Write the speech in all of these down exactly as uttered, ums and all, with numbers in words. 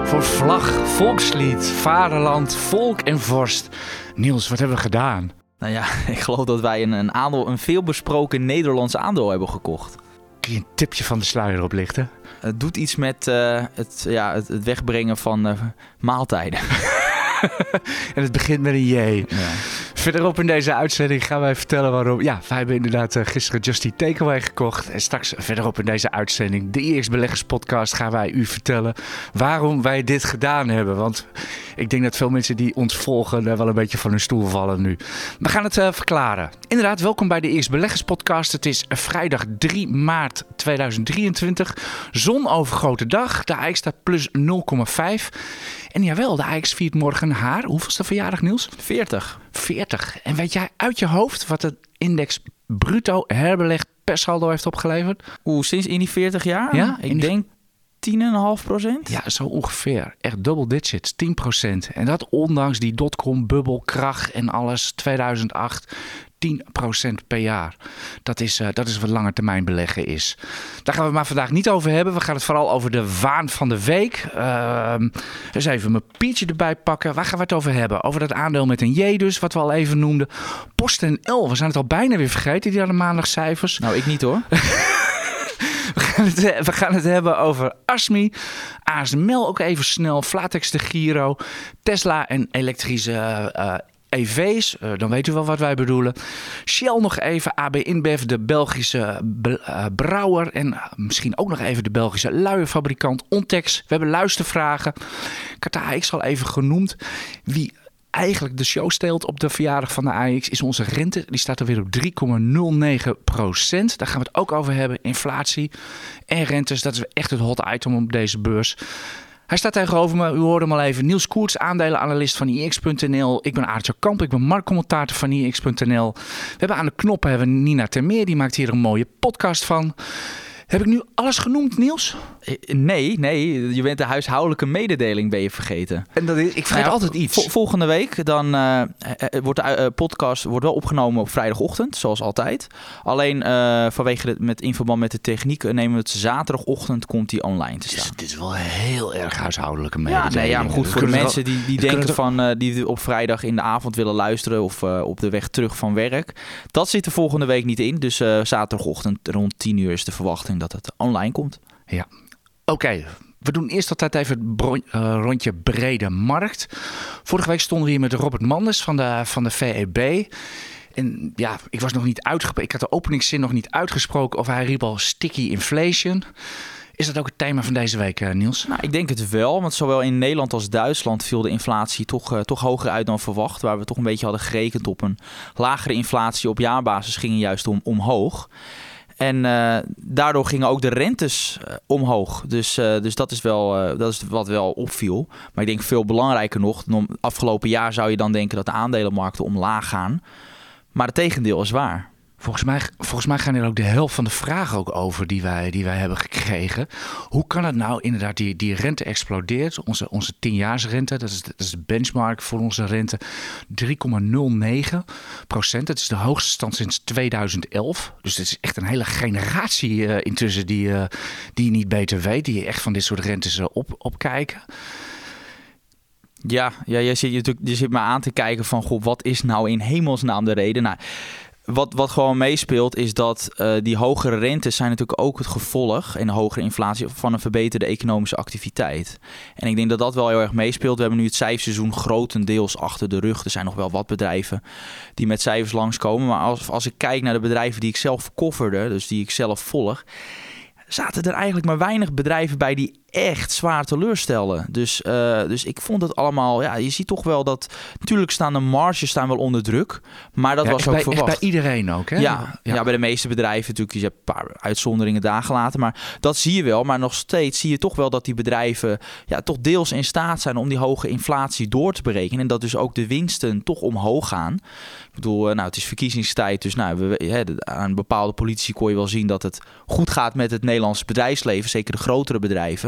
Voor vlag, volkslied, vaderland, volk en vorst. Niels, wat hebben we gedaan? Nou ja, ik geloof dat wij een, een, aandeel, een veelbesproken Nederlands aandeel hebben gekocht. Kun je een tipje van de sluier oplichten? Het doet iets met uh, het, ja, het, het wegbrengen van uh, maaltijden. En het begint met een J. Ja. Verderop in deze uitzending gaan wij vertellen waarom... Ja, wij hebben inderdaad uh, gisteren Just Eat Takeaway gekocht. En straks verderop in deze uitzending, de I X Beleggers podcast, gaan wij u vertellen waarom wij dit gedaan hebben. Want ik denk dat veel mensen die ons volgen uh, wel een beetje van hun stoel vallen nu. We gaan het uh, verklaren. Inderdaad, welkom bij de I X Beleggers podcast. Het is vrijdag drie maart tweeduizend drieëntwintig. Zonovergoten dag. De A X staat plus nul komma vijf. En jawel, de A X viert morgen haar. Hoeveelste verjaardag, Niels? veertig. veertig. En weet jij uit je hoofd wat de index bruto herbelegd per saldo heeft opgeleverd? Oeh, sinds in die veertig jaar? Ja, ik die... denk tien komma vijf procent. Ja, zo ongeveer. Echt double digits, tien procent. En dat ondanks die dotcom-bubbel, krach en alles, tweeduizend acht... tien procent per jaar. Dat is, uh, dat is wat lange termijn beleggen is. Daar gaan we het maar vandaag niet over hebben. We gaan het vooral over de waan van de week. Uh, dus even mijn papiertje erbij pakken. Waar gaan we het over hebben? Over dat aandeel met een J dus, wat we al even noemden. PostNL, we zijn het al bijna weer vergeten, die hadden maandagcijfers. Nou, ik niet hoor. We gaan, het, we gaan het hebben over Asmi, A S M L ook even snel, Flatex de Giro, Tesla en elektrische uh, E V's, uh, dan weet u wel wat wij bedoelen. Shell nog even, A B InBev, de Belgische be- uh, brouwer en uh, misschien ook nog even de Belgische luierfabrikant Ontex. We hebben luistervragen. Ik had de A X al even genoemd. Wie eigenlijk de show steelt op de verjaardag van de A X is onze rente. Die staat er weer op drie komma nul negen procent. Daar gaan we het ook over hebben. Inflatie en rentes, dat is echt het hot item op deze beurs. Hij staat tegenover me, u hoorde hem al even. Niels Koerts, aandelenanalist van I X punt N L. Ik ben Aartje Kamp, ik ben marktcommentator van I X punt N L. We hebben aan de knoppen hebben we Nina Termeer, die maakt hier een mooie podcast van. Heb ik nu alles genoemd, Niels? Nee, nee. Je bent de huishoudelijke mededeling ben je vergeten. En dat is, ik vergeet nou ja, altijd iets. Vol- volgende week dan uh, wordt de uh, podcast wordt wel opgenomen op vrijdagochtend, zoals altijd. Alleen uh, vanwege de, met in verband met de techniek uh, nemen we het zaterdagochtend komt die online te staan. Dus, dit is wel heel erg huishoudelijke mededeling. Ja, nee, ja, maar goed, voor de mensen die, die denken er... van uh, die op vrijdag in de avond willen luisteren of uh, op de weg terug van werk. Dat zit er volgende week niet in. Dus uh, zaterdagochtend rond tien uur is de verwachting dat het online komt. Ja, oké. Okay. We doen eerst altijd even het bron- uh, rondje brede markt. Vorige week stonden we hier met Robert Manders van de, van de V E B. En ja, ik was nog niet uitgesproken. Ik had de openingszin nog niet uitgesproken of hij riep al sticky inflation. Is dat ook het thema van deze week, uh, Niels? Nou, ik denk het wel, want zowel in Nederland als Duitsland viel de inflatie toch, uh, toch hoger uit dan verwacht. Waar we toch een beetje hadden gerekend op een lagere inflatie op jaarbasis gingen juist om, omhoog. En uh, daardoor gingen ook de rentes uh, omhoog. Dus, uh, dus dat is wel uh, dat is wat wel opviel. Maar ik denk veel belangrijker nog, afgelopen jaar zou je dan denken dat de aandelenmarkten omlaag gaan. Maar het tegendeel is waar. Volgens mij, volgens mij gaan er ook de helft van de vragen ook over die wij, die wij hebben gekregen. Hoe kan het nou inderdaad, die, die rente explodeert. Onze, onze tienjaarsrente, dat is, dat is de benchmark voor onze rente, drie komma nul negen procent. Dat is de hoogste stand sinds tweeduizend elf. Dus het is echt een hele generatie uh, intussen die, uh, die je niet beter weet. Die echt van dit soort rentes uh, op, opkijken. Ja, ja je, zit, je, je zit maar aan te kijken van, goh, wat is nou in hemelsnaam de reden? Nou, Wat, wat gewoon meespeelt is dat uh, die hogere rentes zijn natuurlijk ook het gevolg en de hogere inflatie van een verbeterde economische activiteit. En ik denk dat dat wel heel erg meespeelt. We hebben nu het cijferseizoen grotendeels achter de rug. Er zijn nog wel wat bedrijven die met cijfers langskomen. Maar als, als ik kijk naar de bedrijven die ik zelf kofferde, dus die ik zelf volg, zaten er eigenlijk maar weinig bedrijven bij die echt zwaar teleurstelden. Dus, uh, dus ik vond het allemaal, ja, je ziet toch wel dat, natuurlijk staan de marges staan wel onder druk, maar dat ja, was ook bij, verwacht. Echt bij iedereen ook, hè? Ja, ja. ja, bij de meeste bedrijven natuurlijk, je hebt een paar uitzonderingen daar gelaten, maar dat zie je wel. Maar nog steeds zie je toch wel dat die bedrijven ja, toch deels in staat zijn om die hoge inflatie door te berekenen en dat dus ook de winsten toch omhoog gaan. Ik bedoel, nou, het is verkiezingstijd, dus nou, we, hè, aan bepaalde politici kon je wel zien dat het goed gaat met het Nederlandse bedrijfsleven, zeker de grotere bedrijven.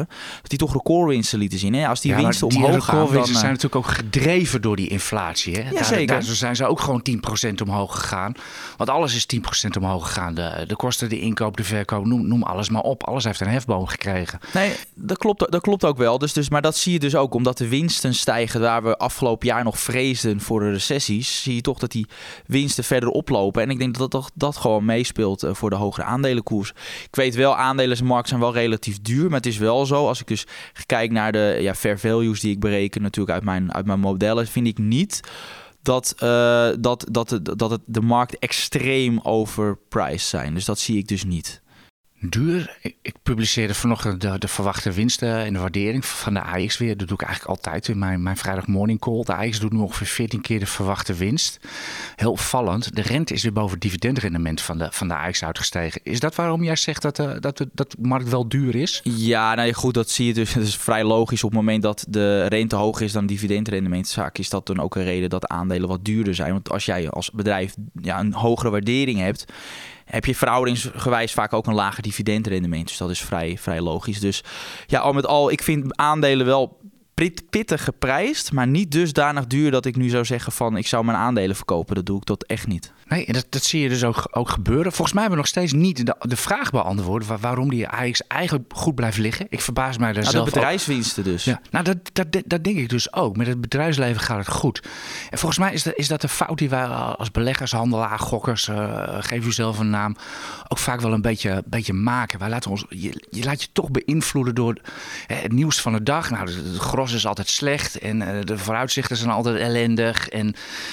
dat die toch recordwinsten lieten zien. Hè? Als die ja, winsten die omhoog gaan... recordwinsten dan, zijn natuurlijk ook gedreven door die inflatie. Hè? Ja, daar, zeker. Daar zijn ze ook gewoon tien procent omhoog gegaan. Want alles is tien procent omhoog gegaan. De, de kosten, de inkoop, de verkoop, noem, noem alles maar op. Alles heeft een hefboom gekregen. Nee, dat klopt, dat klopt ook wel. Dus, dus, maar dat zie je dus ook, omdat de winsten stijgen... waar we afgelopen jaar nog vreesden voor de recessies... zie je toch dat die winsten verder oplopen. En ik denk dat dat, dat gewoon meespeelt uh, voor de hogere aandelenkoers. Ik weet wel, aandelenmarkten zijn wel relatief duur... maar het is wel zo, als ik dus kijk naar de ja, fair values die ik bereken... natuurlijk uit mijn, uit mijn modellen, vind ik niet... Dat, uh, dat, dat, dat het de markt extreem overpriced zijn. Dus dat zie ik dus niet. Duur. Ik, ik publiceerde vanochtend de, de verwachte winsten en de waardering van de A X weer. Dat doe ik eigenlijk altijd in mijn, mijn vrijdag morning call. De A X doet nu ongeveer veertien keer de verwachte winst. Heel opvallend. De rente is weer boven het dividendrendement van de, van de A X uitgestegen. Is dat waarom jij zegt dat, uh, dat, de, dat de markt wel duur is? Ja, nou ja, goed, dat zie je dus. Het is vrij logisch. Op het moment dat de rente hoger is dan het dividendrendementzaak, is dat dan ook een reden dat aandelen wat duurder zijn. Want als jij als bedrijf ja, een hogere waardering hebt, heb je verhoudingsgewijs vaak ook een lager dividendrendement. Dus dat is vrij, vrij logisch. Dus ja, al met al, ik vind aandelen wel pittig geprijsd, maar niet dusdanig duur dat ik nu zou zeggen van ik zou mijn aandelen verkopen. Dat doe ik dat echt niet. Nee, en dat, dat zie je dus ook, ook gebeuren. Volgens mij hebben we nog steeds niet de, de vraag beantwoord waar, waarom die A X eigenlijk goed blijft liggen. Ik verbaas mij daar nou, zelf de bedrijfswinsten ook. Dus. Ja, nou, dat, dat, dat denk ik dus ook. Met het bedrijfsleven gaat het goed. En volgens mij is dat, is dat de fout die wij als beleggers, handelaar, gokkers, uh, geef u zelf een naam, ook vaak wel een beetje, beetje maken. Wij laten ons, je, je laat je toch beïnvloeden door uh, het nieuws van de dag. Nou, het gros is altijd slecht en uh, de vooruitzichten zijn altijd ellendig en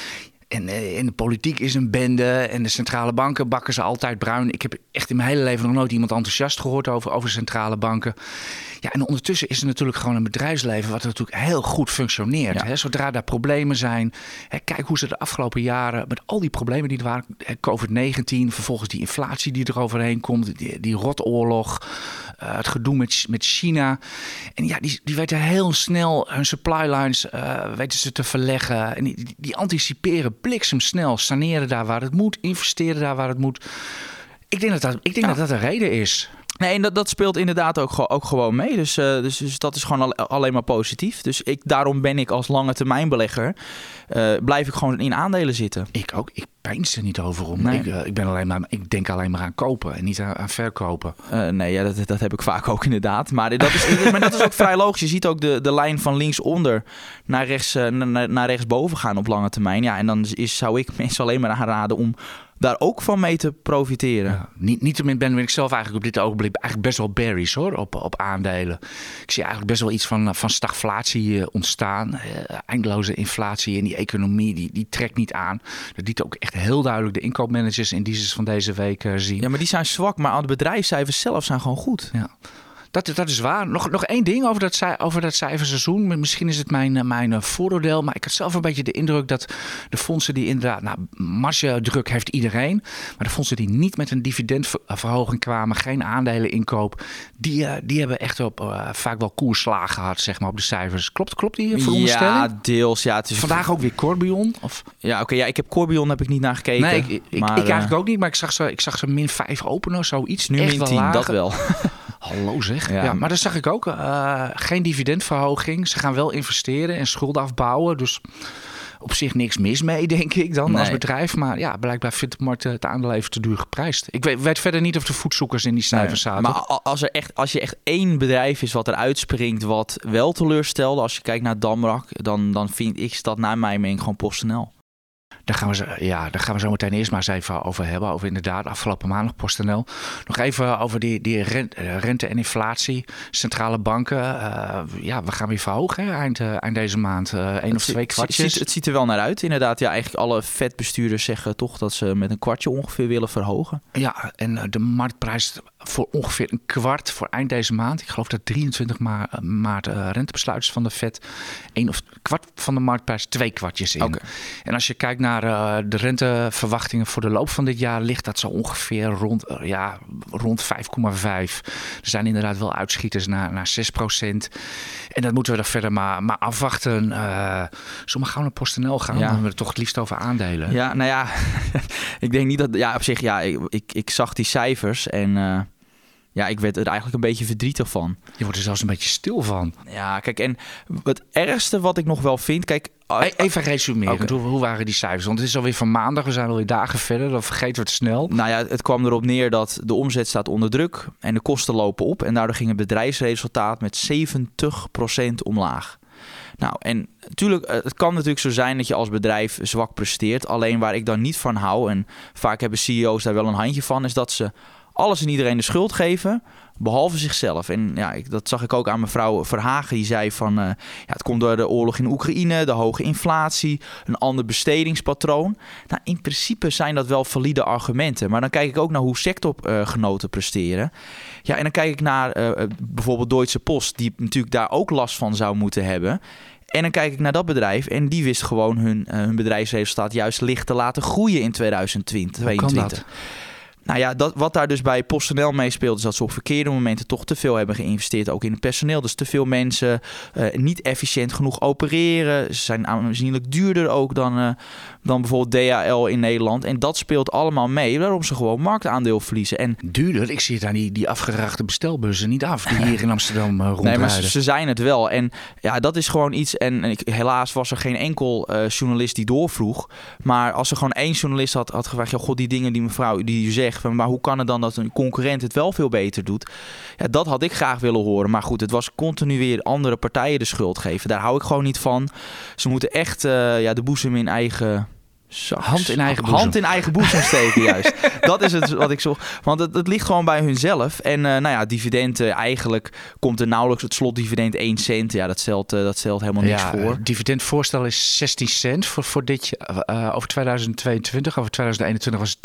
En, en de politiek is een bende en de centrale banken bakken ze altijd bruin. Ik heb echt in mijn hele leven nog nooit iemand enthousiast gehoord over, over centrale banken. Ja, en ondertussen is er natuurlijk gewoon een bedrijfsleven wat natuurlijk heel goed functioneert. Ja. Hè? Zodra daar problemen zijn. Hè, kijk hoe ze de afgelopen jaren met al die problemen die er waren. covid negentien, vervolgens die inflatie die er overheen komt. Die, die rotoorlog. Uh, het gedoe met, met China. En ja, die, die weten heel snel hun supply lines uh, weten ze te verleggen. En die, die anticiperen bliksemsnel. Saneren daar waar het moet. Investeren daar waar het moet. Ik denk dat dat, ik denk ja. dat, dat een reden is. Nee, en dat, dat speelt inderdaad ook, ook gewoon mee. Dus, uh, dus, dus dat is gewoon al, alleen maar positief. Dus ik, daarom ben ik als lange termijn belegger, uh, blijf ik gewoon in aandelen zitten. Ik ook. Ik peins er niet over om. Nee. Ik, uh, ik, ben alleen maar, ik denk alleen maar aan kopen en niet aan, aan verkopen. Uh, nee, ja, dat, dat heb ik vaak ook inderdaad. Maar dat is, maar dat is ook vrij logisch. Je ziet ook de, de lijn van linksonder naar, rechts, uh, naar, naar rechtsboven gaan op lange termijn. Ja, en dan is, zou ik mensen alleen maar aanraden om daar ook van mee te profiteren. Ja, niet, niettemin ben ik zelf eigenlijk op dit ogenblik eigenlijk best wel bearish hoor, op, op aandelen. Ik zie eigenlijk best wel iets van, van stagflatie ontstaan. Uh, eindeloze inflatie en die economie, die, die trekt niet aan. Dat liet ook echt heel duidelijk de inkoopmanagers in indices van deze week uh, zien. Ja, maar die zijn zwak, maar de bedrijfscijfers zelf zijn gewoon goed. Ja. Dat, dat is waar. Nog, nog één ding over dat, over dat cijferseizoen. Misschien is het mijn, mijn vooroordeel. Maar ik had zelf een beetje de indruk dat de fondsen die inderdaad... Nou, margedruk heeft iedereen. Maar de fondsen die niet met een dividendverhoging kwamen... geen aandeleninkoop... die, uh, die hebben echt op, uh, vaak wel koersslagen gehad, zeg maar, op de cijfers. Klopt, klopt die veronderstelling? Ja, deels. Ja, het is vandaag ook weer Corbion? Of? Ja, oké. Okay, ja, ik heb Corbion heb ik niet naar gekeken. Nee, ik, ik, maar, ik eigenlijk uh, ook niet. Maar ik zag ze, ik zag ze min vijf openen of zoiets. Nu echt min tien, dat wel. Hallo zeg. Ja. ja, maar dat zag ik ook. Uh, geen dividendverhoging. Ze gaan wel investeren en schulden afbouwen. Dus op zich niks mis mee, denk ik dan, nee. als bedrijf. Maar ja, blijkbaar vindt de markt het aandeel even te duur geprijsd. Ik weet, weet verder niet of de voetzoekers in die cijfers nee. zaten. Maar als er echt, als je echt één bedrijf is wat er uitspringt wat wel teleurstelde, als je kijkt naar Damrak, dan, dan vind ik dat naar mijn mening gewoon PostNL. Daar gaan, we, ja, daar gaan we zo meteen eerst maar eens even over hebben. Over inderdaad afgelopen maandag PostNL. Nog even over die, die rente en inflatie. Centrale banken. Uh, ja, we gaan weer verhogen hè, eind, uh, eind deze maand. Uh, één of twee kwartjes. Het ziet, het ziet er wel naar uit. Inderdaad, ja, eigenlijk alle Fed-bestuurders zeggen toch dat ze met een kwartje ongeveer willen verhogen. Ja, en de marktprijs voor ongeveer een kwart voor eind deze maand. Ik geloof dat drieëntwintig maart uh, rentebesluit is van de Fed. Een of kwart van de marktprijs, twee kwartjes in. Okay. En als je kijkt naar uh, de renteverwachtingen voor de loop van dit jaar, ligt dat zo ongeveer rond, uh, ja, rond vijf komma vijf. Er zijn inderdaad wel uitschieters naar, naar zes procent. En dat moeten we dan verder maar, maar afwachten. Uh, zullen we gauw naar PostNL gaan? Ja. Dan hebben we het toch het liefst over aandelen. Ja, nou ja, ik denk niet dat... Ja, op zich, ja, ik, ik, ik zag die cijfers en... Uh... ja, ik werd er eigenlijk een beetje verdrietig van. Je wordt er zelfs een beetje stil van. Ja, kijk, en het ergste wat ik nog wel vind... Kijk, even resumeren, okay. hoe, hoe waren die cijfers? Want het is alweer van maandag, we zijn alweer dagen verder, dan vergeten we het snel. Nou ja, het kwam erop neer dat de omzet staat onder druk en de kosten lopen op. En daardoor ging het bedrijfsresultaat met zeventig procent omlaag. Nou, en natuurlijk, het kan natuurlijk zo zijn dat je als bedrijf zwak presteert. Alleen waar ik dan niet van hou, en vaak hebben C E O's daar wel een handje van, is dat ze alles en iedereen de schuld geven, behalve zichzelf. En ja, ik, dat zag ik ook aan mevrouw Verhagen. Die zei van, uh, ja, het komt door de oorlog in Oekraïne, de hoge inflatie, een ander bestedingspatroon. Nou, in principe zijn dat wel valide argumenten. Maar dan kijk ik ook naar hoe sectorgenoten presteren. Ja, en dan kijk ik naar uh, bijvoorbeeld Deutsche Post, die natuurlijk daar ook last van zou moeten hebben. En dan kijk ik naar dat bedrijf en die wist gewoon hun, uh, hun bedrijfsresultaat juist licht te laten groeien in tweeduizend tweeëntwintig. Hoe kan dat? Nou ja, dat, wat daar dus bij PostNL meespeelt, is dat ze op verkeerde momenten toch te veel hebben geïnvesteerd. Ook in het personeel. Dus te veel mensen uh, niet efficiënt genoeg opereren. Ze zijn aanzienlijk duurder ook dan, uh, dan bijvoorbeeld D H L in Nederland. En dat speelt allemaal mee, waarom ze gewoon marktaandeel verliezen. En duurder? Ik zie het aan die, die afgerachte bestelbussen niet af, die hier in Amsterdam uh, rondrijden. Nee, maar ze, ze zijn het wel. En ja, dat is gewoon iets. En ik, helaas was er geen enkel uh, journalist die doorvroeg. Maar als er gewoon één journalist had, had gevraagd, ja, god, die dingen die mevrouw die u zegt, maar hoe kan het dan dat een concurrent het wel veel beter doet? Ja, dat had ik graag willen horen. Maar goed, het was continu weer andere partijen de schuld geven. Daar hou ik gewoon niet van. Ze moeten echt uh, ja, de boezem in eigen... Zaks. Hand in eigen boezem. Hand in eigen boezem steken, juist. Dat is het wat ik zocht. Want het, het ligt gewoon bij hunzelf. En uh, nou ja, dividenden, eigenlijk komt er nauwelijks het slotdividend één cent. Ja, dat stelt, uh, dat stelt helemaal niks ja, voor. Het dividendvoorstel is zestien cent voor, voor dit jaar. Uh, over tweeduizend tweeëntwintig, over tweeduizend eenentwintig was het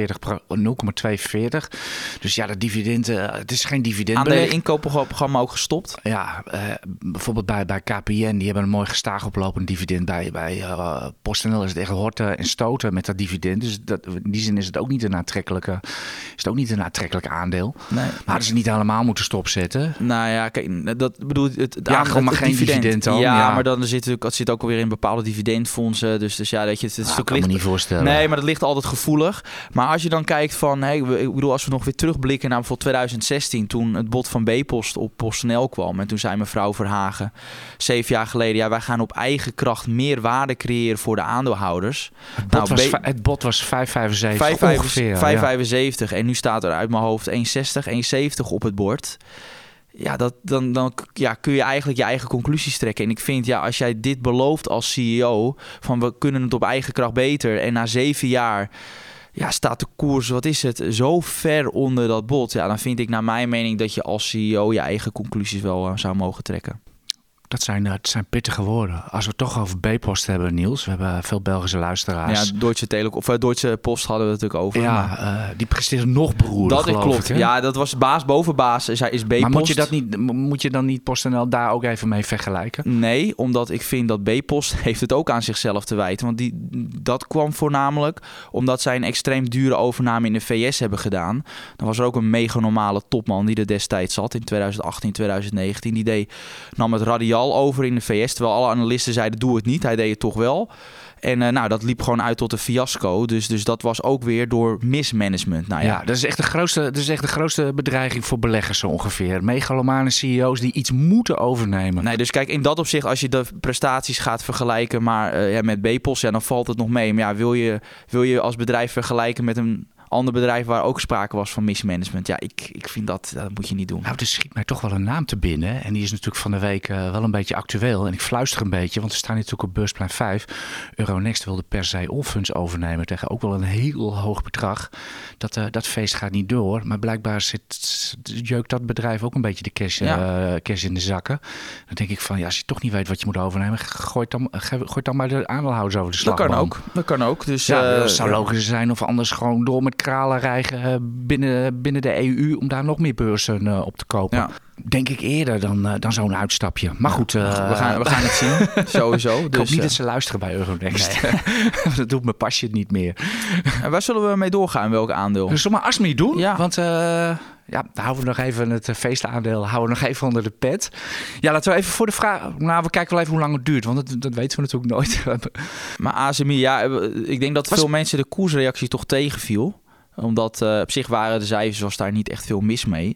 nul komma tweeënveertig. Dus ja, dat dividend, uh, het is geen dividendbeleg. Aan de inkoopprogramma ook gestopt? Ja, uh, bijvoorbeeld bij, bij K P N, die hebben een mooi gestaag oplopend dividend. Bij, bij uh, PostNL is het echt horten en stoten met dat dividend. Dus dat, in die zin is het ook niet een aantrekkelijke, is het ook niet een aantrekkelijk aandeel. Nee. Maar hadden ze niet helemaal moeten stopzetten. Nou ja, kijk, dat bedoel het, het, ja, gewoon maar het geen dividend. dividend dan. Ja, ja, maar dan zit het, het zit ook alweer in bepaalde dividendfondsen. Dus, dus ja, weet je, het, het ja, stuk kan ligt. me niet voorstellen. Nee, maar dat ligt altijd gevoelig. Maar als je dan kijkt van, hey, ik bedoel, als we nog weer terugblikken naar bijvoorbeeld tweeduizend zestien, toen het bod van B-Post op PostNL kwam. En toen zei mevrouw Verhagen, zeven jaar geleden, ja, wij gaan op eigen kracht meer waarde creëren voor de aandeelhouders. Het bod nou, was, B- het bod was vijf komma vijfenzeventig vijf ongeveer. vijf komma vijfenzeventig ja. En nu staat er uit mijn hoofd één komma zestig, één komma zeventig op het bord. Ja, dat, dan, dan ja, kun je eigenlijk je eigen conclusies trekken. En ik vind, ja, als jij dit belooft als C E O, van we kunnen het op eigen kracht beter. En na zeven jaar ja, staat de koers, wat is het, zo ver onder dat bod. Ja, dan vind ik naar mijn mening dat je als C E O je eigen conclusies wel uh, zou mogen trekken. Dat zijn, dat zijn pittige woorden. Als we het toch over B-Post hebben, Niels. We hebben veel Belgische luisteraars. Ja, Deutsche Telekom of uh, Deutsche Post hadden we het natuurlijk over. Ja, maar uh, die presteren nog beroerder, dat geloof klopt. ik, Ja, dat was baas boven baas. Is, is B-Post. Maar moet je, dat niet, moet je dan niet PostNL daar ook even mee vergelijken? Nee, omdat ik vind dat B-Post heeft het ook aan zichzelf te wijten. Want die, dat kwam voornamelijk omdat zij een extreem dure overname in de V S hebben gedaan. Dan was er ook een mega normale topman die er destijds zat in tweeduizend achttien, tweeduizend negentien. Die deed, nam het Radial over in de V S. Terwijl alle analisten zeiden, doe het niet. Hij deed het toch wel. En uh, nou, dat liep gewoon uit tot een fiasco. Dus, dus dat was ook weer door mismanagement. Nou, ja. ja, dat is echt de grootste, dat is echt de grootste bedreiging voor beleggers zo ongeveer. Megalomane C E O's die iets moeten overnemen. Nee, dus kijk, in dat opzicht, als je de prestaties gaat vergelijken maar, uh, ja, met B-Post, ja, dan valt het nog mee. Maar ja, wil je, wil je als bedrijf vergelijken met een ander bedrijf waar ook sprake was van mismanagement? Ja, ik, ik vind dat, dat moet je niet doen. Nou, er schiet mij toch wel een naam te binnen. En die is natuurlijk van de week uh, wel een beetje actueel. En ik fluister een beetje, want we staan natuurlijk op beursplein vijf. Euronext wilde per se Allfunds overnemen tegen ook wel een heel hoog bedrag. Dat, uh, dat feest gaat niet door. Maar blijkbaar zit, jeukt dat bedrijf ook een beetje de cash, ja. uh, cash in de zakken. Dan denk ik van, ja, als je toch niet weet wat je moet overnemen, gooi dan, gooi dan maar de aandeelhouders over de slagboom. Dat kan ook. Dat kan ook. Dus, ja, uh, dat zou logisch zijn of anders gewoon door met kralen rijgen binnen, binnen de E U om daar nog meer beurzen uh, op te kopen. Ja. Denk ik eerder dan, uh, dan zo'n uitstapje. Maar goed, uh, we, gaan, we gaan het zien. Sowieso. Ik dus, hoop niet uh, dat ze luisteren bij Euronext. Nee. Dat doet mijn pasje niet meer. En waar zullen we mee doorgaan? Welk aandeel? Dus zullen we maar Asmi doen? Ja. Want uh, ja, dan houden we nog even het feestaandeel houden we nog even onder de pet. Ja, laten we even voor de vraag. Nou, we kijken wel even hoe lang het duurt, want dat, dat weten we natuurlijk nooit. Maar A S M I, ja, ik denk dat Was... veel mensen de koersreactie toch tegenviel. Omdat uh, op zich waren de cijfers, was daar niet echt veel mis mee.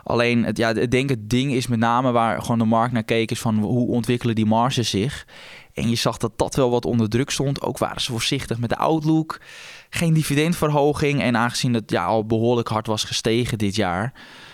Alleen, het, ja, ik denk het ding is met name waar gewoon de markt naar keek... is van hoe ontwikkelen die marges zich. En je zag dat dat wel wat onder druk stond. Ook waren ze voorzichtig met de outlook. Geen dividendverhoging. En aangezien het ja, al behoorlijk hard was gestegen dit jaar...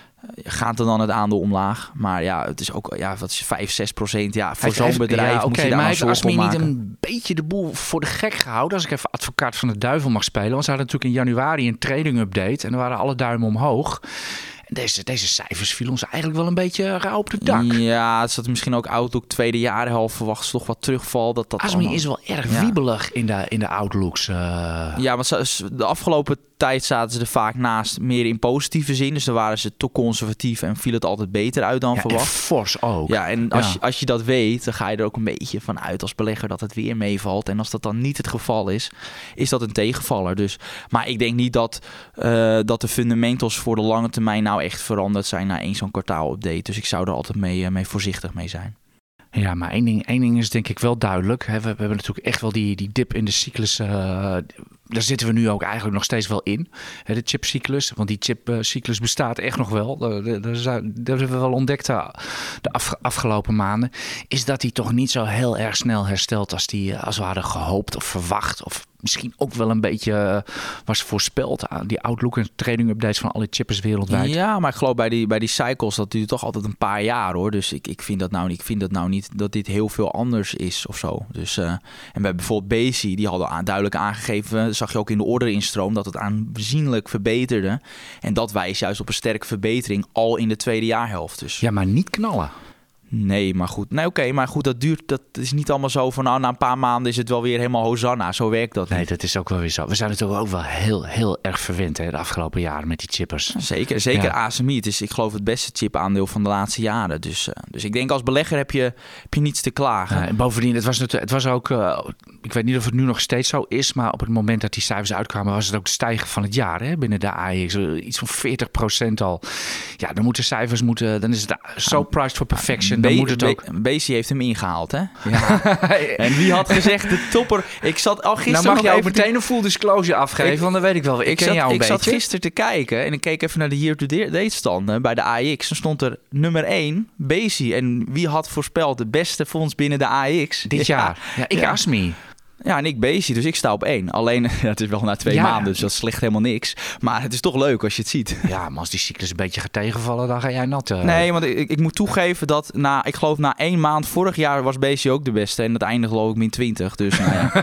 gaat er dan het aandeel omlaag. Maar ja, het is ook ja, wat is vijf, zes procent. Ja, voor zo'n bedrijf ja, moet okay, je daar maar heeft Asmi niet een beetje de boel voor de gek gehouden? Als ik even advocaat van de duivel mag spelen. Want ze hadden natuurlijk in januari een trading update. En er waren alle duimen omhoog. Deze, deze cijfers vielen ons eigenlijk wel een beetje rauw op de dak. Ja, het zat misschien ook outlook tweede jaarhelft verwacht ze toch wat terugval. Dat, dat Asmi allemaal... is wel erg ja. wiebelig in de, in de outlooks. Uh... Ja, want de afgelopen tijd zaten ze er vaak naast meer in positieve zin. Dus dan waren ze te conservatief en viel het altijd beter uit dan ja, verwacht. En fors ook. Ja, en als, ja. Je, als je dat weet, dan ga je er ook een beetje van uit als belegger dat het weer meevalt. En als dat dan niet het geval is, is dat een tegenvaller. Dus, maar ik denk niet dat, uh, dat de fundamentals voor de lange termijn nou echt veranderd zijn na één zo'n kwartaal-update. Dus ik zou er altijd mee, uh, mee voorzichtig mee zijn. Ja, maar één ding, één ding is denk ik wel duidelijk. Hè. We, we hebben natuurlijk echt wel die, die dip in de cyclus. Uh, daar zitten we nu ook eigenlijk nog steeds wel in. Hè, de chipcyclus. Want die chipcyclus bestaat echt nog wel. Dat, dat, dat hebben we wel ontdekt de af, afgelopen maanden. Is dat die toch niet zo heel erg snel herstelt als, die, als we hadden gehoopt of verwacht. Of misschien ook wel een beetje was voorspeld aan die outlook en trading updates van alle chippers wereldwijd. Ja, maar ik geloof bij die, bij die cycles, dat duurt toch altijd een paar jaar hoor. Dus ik, ik, vind dat nou, ik vind dat nou niet dat dit heel veel anders is of zo. Dus, uh, en bij bijvoorbeeld Besi, die hadden aan, duidelijk aangegeven, zag je ook in de orderinstroom, dat het aanzienlijk verbeterde. En dat wijst juist op een sterke verbetering al in de tweede jaarhelft. Dus. Ja, maar niet knallen. Nee, maar goed. Nee, oké, okay, maar goed, dat duurt. Dat is niet allemaal zo van, nou, na een paar maanden is het wel weer helemaal Hosanna. Zo werkt dat. Nee, niet. dat is ook wel weer zo. We zijn natuurlijk ook wel heel, heel erg verwend hè, de afgelopen jaren met die chippers. Zeker, zeker ja. A S M I. Het is, ik geloof, het beste chipaandeel van de laatste jaren. Dus, uh, dus ik denk als belegger heb je, heb je niets te klagen. Ja, en bovendien, het was, het was ook, uh, ik weet niet of het nu nog steeds zo is, maar op het moment dat die cijfers uitkwamen, was het ook de stijger van het jaar hè, binnen de A E X. Iets van veertig procent al. Ja, dan moeten cijfers moeten, dan is het zo priced for perfection. Dan moet het ook. Besi heeft hem ingehaald, hè? Ja. En wie had gezegd de topper? Ik zat al gisteren. Nou mag nog je ook meteen een full disclosure afgeven, ik, want dan weet ik wel. Ik, ik ken zat, jou een ik beetje. Ik zat gisteren te kijken en ik keek even naar de year-to-date standen bij de A E X. Dan stond er nummer één, Besi. En wie had voorspeld de beste fonds binnen de A E X? Dit ja. jaar. Ja, ik ja. Asmi. Ja, en ik Besi, dus ik sta op één. Alleen, ja, het is wel na twee ja. maanden, dus dat slecht helemaal niks. Maar het is toch leuk als je het ziet. Ja, maar als die cyclus een beetje gaat tegenvallen, dan ga jij nat. Uh... Nee, want ik, ik moet toegeven dat na, ik geloof na één maand vorig jaar was Besi ook de beste. En dat eindigt geloof ik min twintig. Dus nou ja,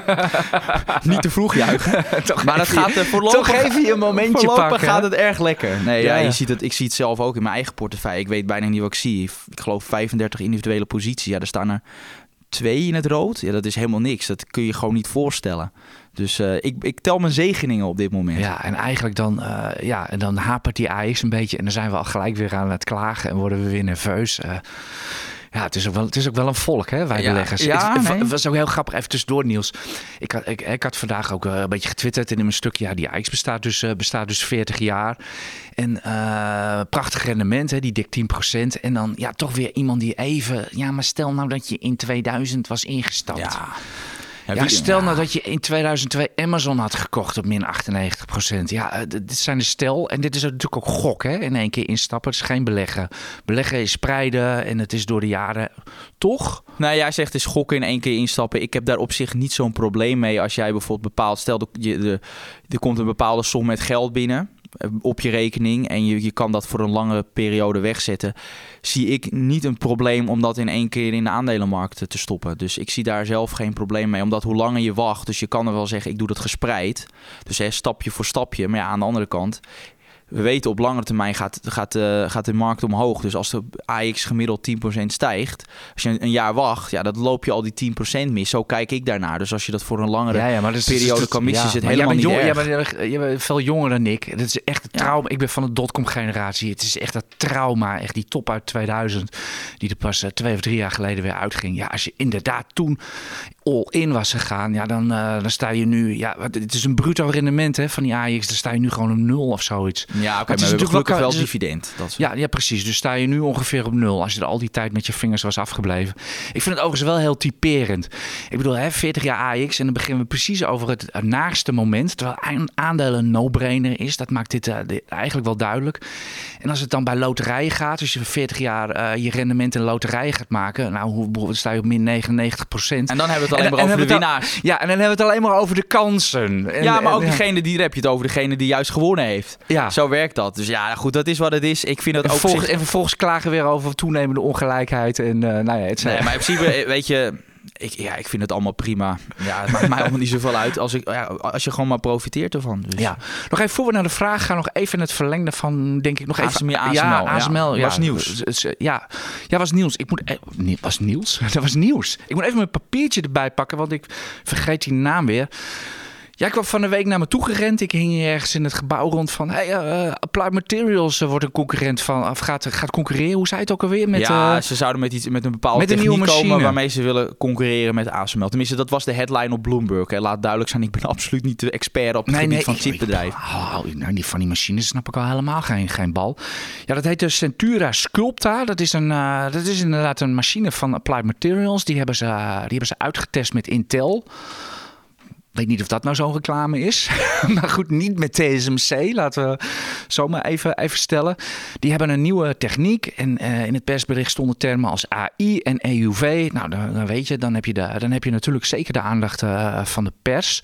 niet te vroeg juichen. toch maar dat gaat uh, voorlopig, toch even je een momentje voorlopig pakken. gaat het erg lekker. Nee, ja, ja, ja. ja. Je ziet het, ik zie het zelf ook in mijn eigen portefeuille. Ik weet bijna niet wat ik zie. Ik geloof vijfendertig individuele posities. Ja, er staan er twee in het rood, ja, dat is helemaal niks. Dat kun je gewoon niet voorstellen. Dus uh, ik, ik tel mijn zegeningen op dit moment. Ja, en eigenlijk dan, uh, ja, en dan hapert die A X een beetje. En dan zijn we al gelijk weer aan het klagen en worden we weer nerveus. Uh, ja, het is, ook wel, het is ook wel een volk, hè, wij ja, beleggers. Ja, het, nee. het was ook heel grappig, even tussendoor, Niels. Ik had, ik, ik had vandaag ook uh, een beetje getwitterd in mijn stukje. Ja, die A X bestaat dus, uh, bestaat dus veertig jaar. En uh, prachtig rendement, hè, die dik tien procent. En dan ja, toch weer iemand die even... Ja, maar stel nou dat je in tweeduizend was ingestapt. Ja. Ja, stel nou dat je in tweeduizend twee Amazon had gekocht op min achtennegentig procent. Ja, dit zijn de stel. En dit is natuurlijk ook gok, hè? In één keer instappen. Het is geen beleggen. Beleggen is spreiden en het is door de jaren. Toch? Nou, jij zegt het is gokken in één keer instappen. Ik heb daar op zich niet zo'n probleem mee. Als jij bijvoorbeeld bepaalt... Stel, de, de, er komt een bepaalde som met geld binnen op je rekening en je, je kan dat voor een lange periode wegzetten, zie ik niet een probleem om dat in één keer in de aandelenmarkt te stoppen. Dus ik zie daar zelf geen probleem mee, omdat hoe langer je wacht, dus je kan er wel zeggen, ik doe dat gespreid. Dus hè, stapje voor stapje, maar ja, aan de andere kant, we weten op lange termijn gaat, gaat, uh, gaat de markt omhoog. Dus als de A X gemiddeld tien procent stijgt, als je een jaar wacht, ja, dan loop je al die tien procent mis. Zo kijk ik daarnaar. Dus als je dat voor een langere ja, ja, maar dus, periode dus, kan missen, ja, is het helemaal niet jong, erg. Jij bent, jij bent veel jonger dan ik. Dat is echt een trauma. Ja. Ik ben van de dotcom generatie. Het is echt dat trauma. Echt die top uit tweeduizend, die er pas uh, twee of drie jaar geleden weer uitging. Ja, als je inderdaad toen all-in was gegaan, ja, dan, uh, dan sta je nu... Ja, het is een bruto rendement hè, van die Ajax. Dan sta je nu gewoon op nul of zoiets. Ja, oké, okay, maar, maar we hebben gelukkig wel dividend. Dat is... ja, ja, precies. Dus sta je nu ongeveer op nul. Als je er al die tijd met je vingers was afgebleven. Ik vind het overigens wel heel typerend. Ik bedoel, hè, veertig jaar Ajax en dan beginnen we precies over het naarste moment. Terwijl aandelen een no-brainer is. Dat maakt dit, uh, dit eigenlijk wel duidelijk. En als het dan bij loterijen gaat, als je veertig jaar uh, je rendement in loterijen gaat maken, nou, hoe sta je op min negenennegentig procent. En dan hebben we het alleen en, maar over de winnaars. Al, ja, en dan hebben we het alleen maar over de kansen. En, ja, maar ook en, degene die, heb je het over degene die juist gewonnen heeft. Ja. Zo werkt dat. Dus ja, goed, dat is wat het is. Ik vind het en ook... Vervolgens, zich... En vervolgens klagen we weer over toenemende ongelijkheid. En, uh, nou ja, het nee, maar in principe, weet je... Ik, ja, ik vind het allemaal prima. Ja, het maakt mij allemaal niet zoveel uit als, ik, ja, als je gewoon maar profiteert ervan. Dus. Ja. Nog even voor we naar de vraag gaan, nog even in het verlengde van, denk ik, nog even... A S M L. Ja, A S M L. Ja, ja, was nieuws. Ja, ja, was nieuws. Ik moet... Nee, was nieuws? Dat was nieuws. Ik moet even mijn papiertje erbij pakken, want ik vergeet die naam weer. Ja, ik kwam van de week naar me toe gerend. Ik hing hier ergens in het gebouw rond van... Hey, uh, Applied Materials uh, wordt een concurrent van... Of gaat, gaat concurreren. Hoe zei het ook alweer? Met, ja, uh, ze zouden met, iets, met een bepaalde met techniek een nieuwe komen... waarmee ze willen concurreren met A S M L. Tenminste, dat was de headline op Bloomberg. Hè. Laat duidelijk zijn, ik ben absoluut niet de expert op het nee, gebied nee, van ik, chipbedrijven. Oh, nou, die van die machines snap ik al helemaal geen, geen bal. Ja, dat heet de Centura Sculpta. Dat is, een, uh, dat is inderdaad een machine van Applied Materials. Die hebben ze, uh, die hebben ze uitgetest met Intel... Ik weet niet of dat nou zo'n reclame is. Maar goed, niet met T S M C. Laten we zo maar even, even stellen. Die hebben een nieuwe techniek. En uh, in het persbericht stonden termen als A I en E U V. Nou, dan, dan weet je, dan heb je, de, dan heb je natuurlijk zeker de aandacht uh, van de pers.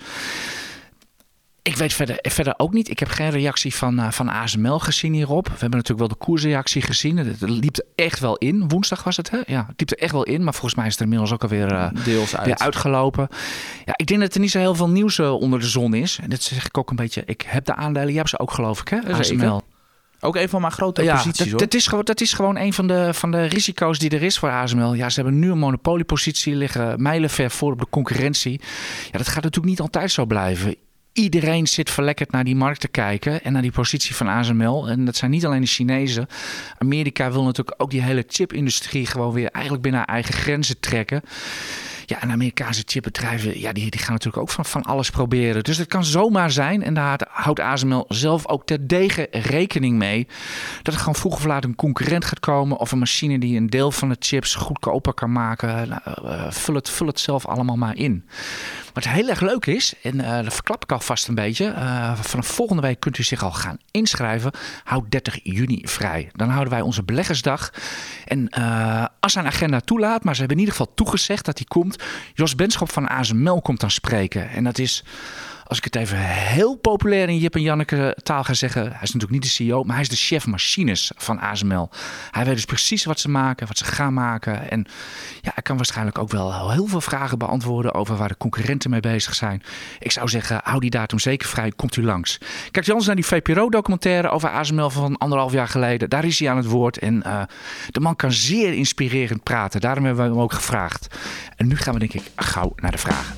Ik weet verder, verder ook niet. Ik heb geen reactie van, uh, van A S M L gezien hierop. We hebben natuurlijk wel de koersreactie gezien. Het liep er echt wel in. Woensdag was het, hè? Ja, het liep er echt wel in. Maar volgens mij is het er inmiddels ook alweer uh, deels uit. weer uitgelopen. Ja, ik denk dat er niet zo heel veel nieuws uh, onder de zon is. En dat zeg ik ook een beetje. Ik heb de aandelen. Je hebt ze ook, geloof ik, hè? A S M L. Ook een van mijn grote ja, posities, dat, hoor. Dat is, gewoon, dat is gewoon een van de, van de risico's die er is voor A S M L. Ja, ze hebben nu een monopoliepositie, liggen mijlenver voor op de concurrentie. Ja, dat gaat natuurlijk niet altijd zo blijven. Iedereen zit verlekkerd naar die markt te kijken en naar die positie van A S M L. En dat zijn niet alleen de Chinezen. Amerika wil natuurlijk ook die hele chipindustrie gewoon weer eigenlijk binnen haar eigen grenzen trekken. Ja, en Amerikaanse chipbedrijven, ja, die, die gaan natuurlijk ook van, van alles proberen. Dus het kan zomaar zijn, en daar houdt A S M L zelf ook terdege rekening mee, dat er gewoon vroeg of laat een concurrent gaat komen of een machine die een deel van de chips goedkoper kan maken. Nou, uh, vul, het, vul het zelf allemaal maar in. Wat heel erg leuk is, en uh, dat verklap ik alvast een beetje, uh, vanaf volgende week kunt u zich al gaan inschrijven. Houd dertig juni vrij. Dan houden wij onze beleggersdag. En uh, als zijn agenda toelaat, maar ze hebben in ieder geval toegezegd dat hij komt. Jos Benschop van A S M L komt dan spreken. En dat is, als ik het even heel populair in Jip en Janneke taal ga zeggen, hij is natuurlijk niet de C E O, maar hij is de chef machines van A S M L. Hij weet dus precies wat ze maken, wat ze gaan maken. En ja, hij kan waarschijnlijk ook wel heel veel vragen beantwoorden over waar de concurrenten mee bezig zijn. Ik zou zeggen, hou die datum zeker vrij, komt u langs. Kijkt u anders naar die V P R O-documentaire over A S M L van anderhalf jaar geleden. Daar is hij aan het woord. En uh, de man kan zeer inspirerend praten. Daarom hebben we hem ook gevraagd. En nu gaan we denk ik gauw naar de vragen.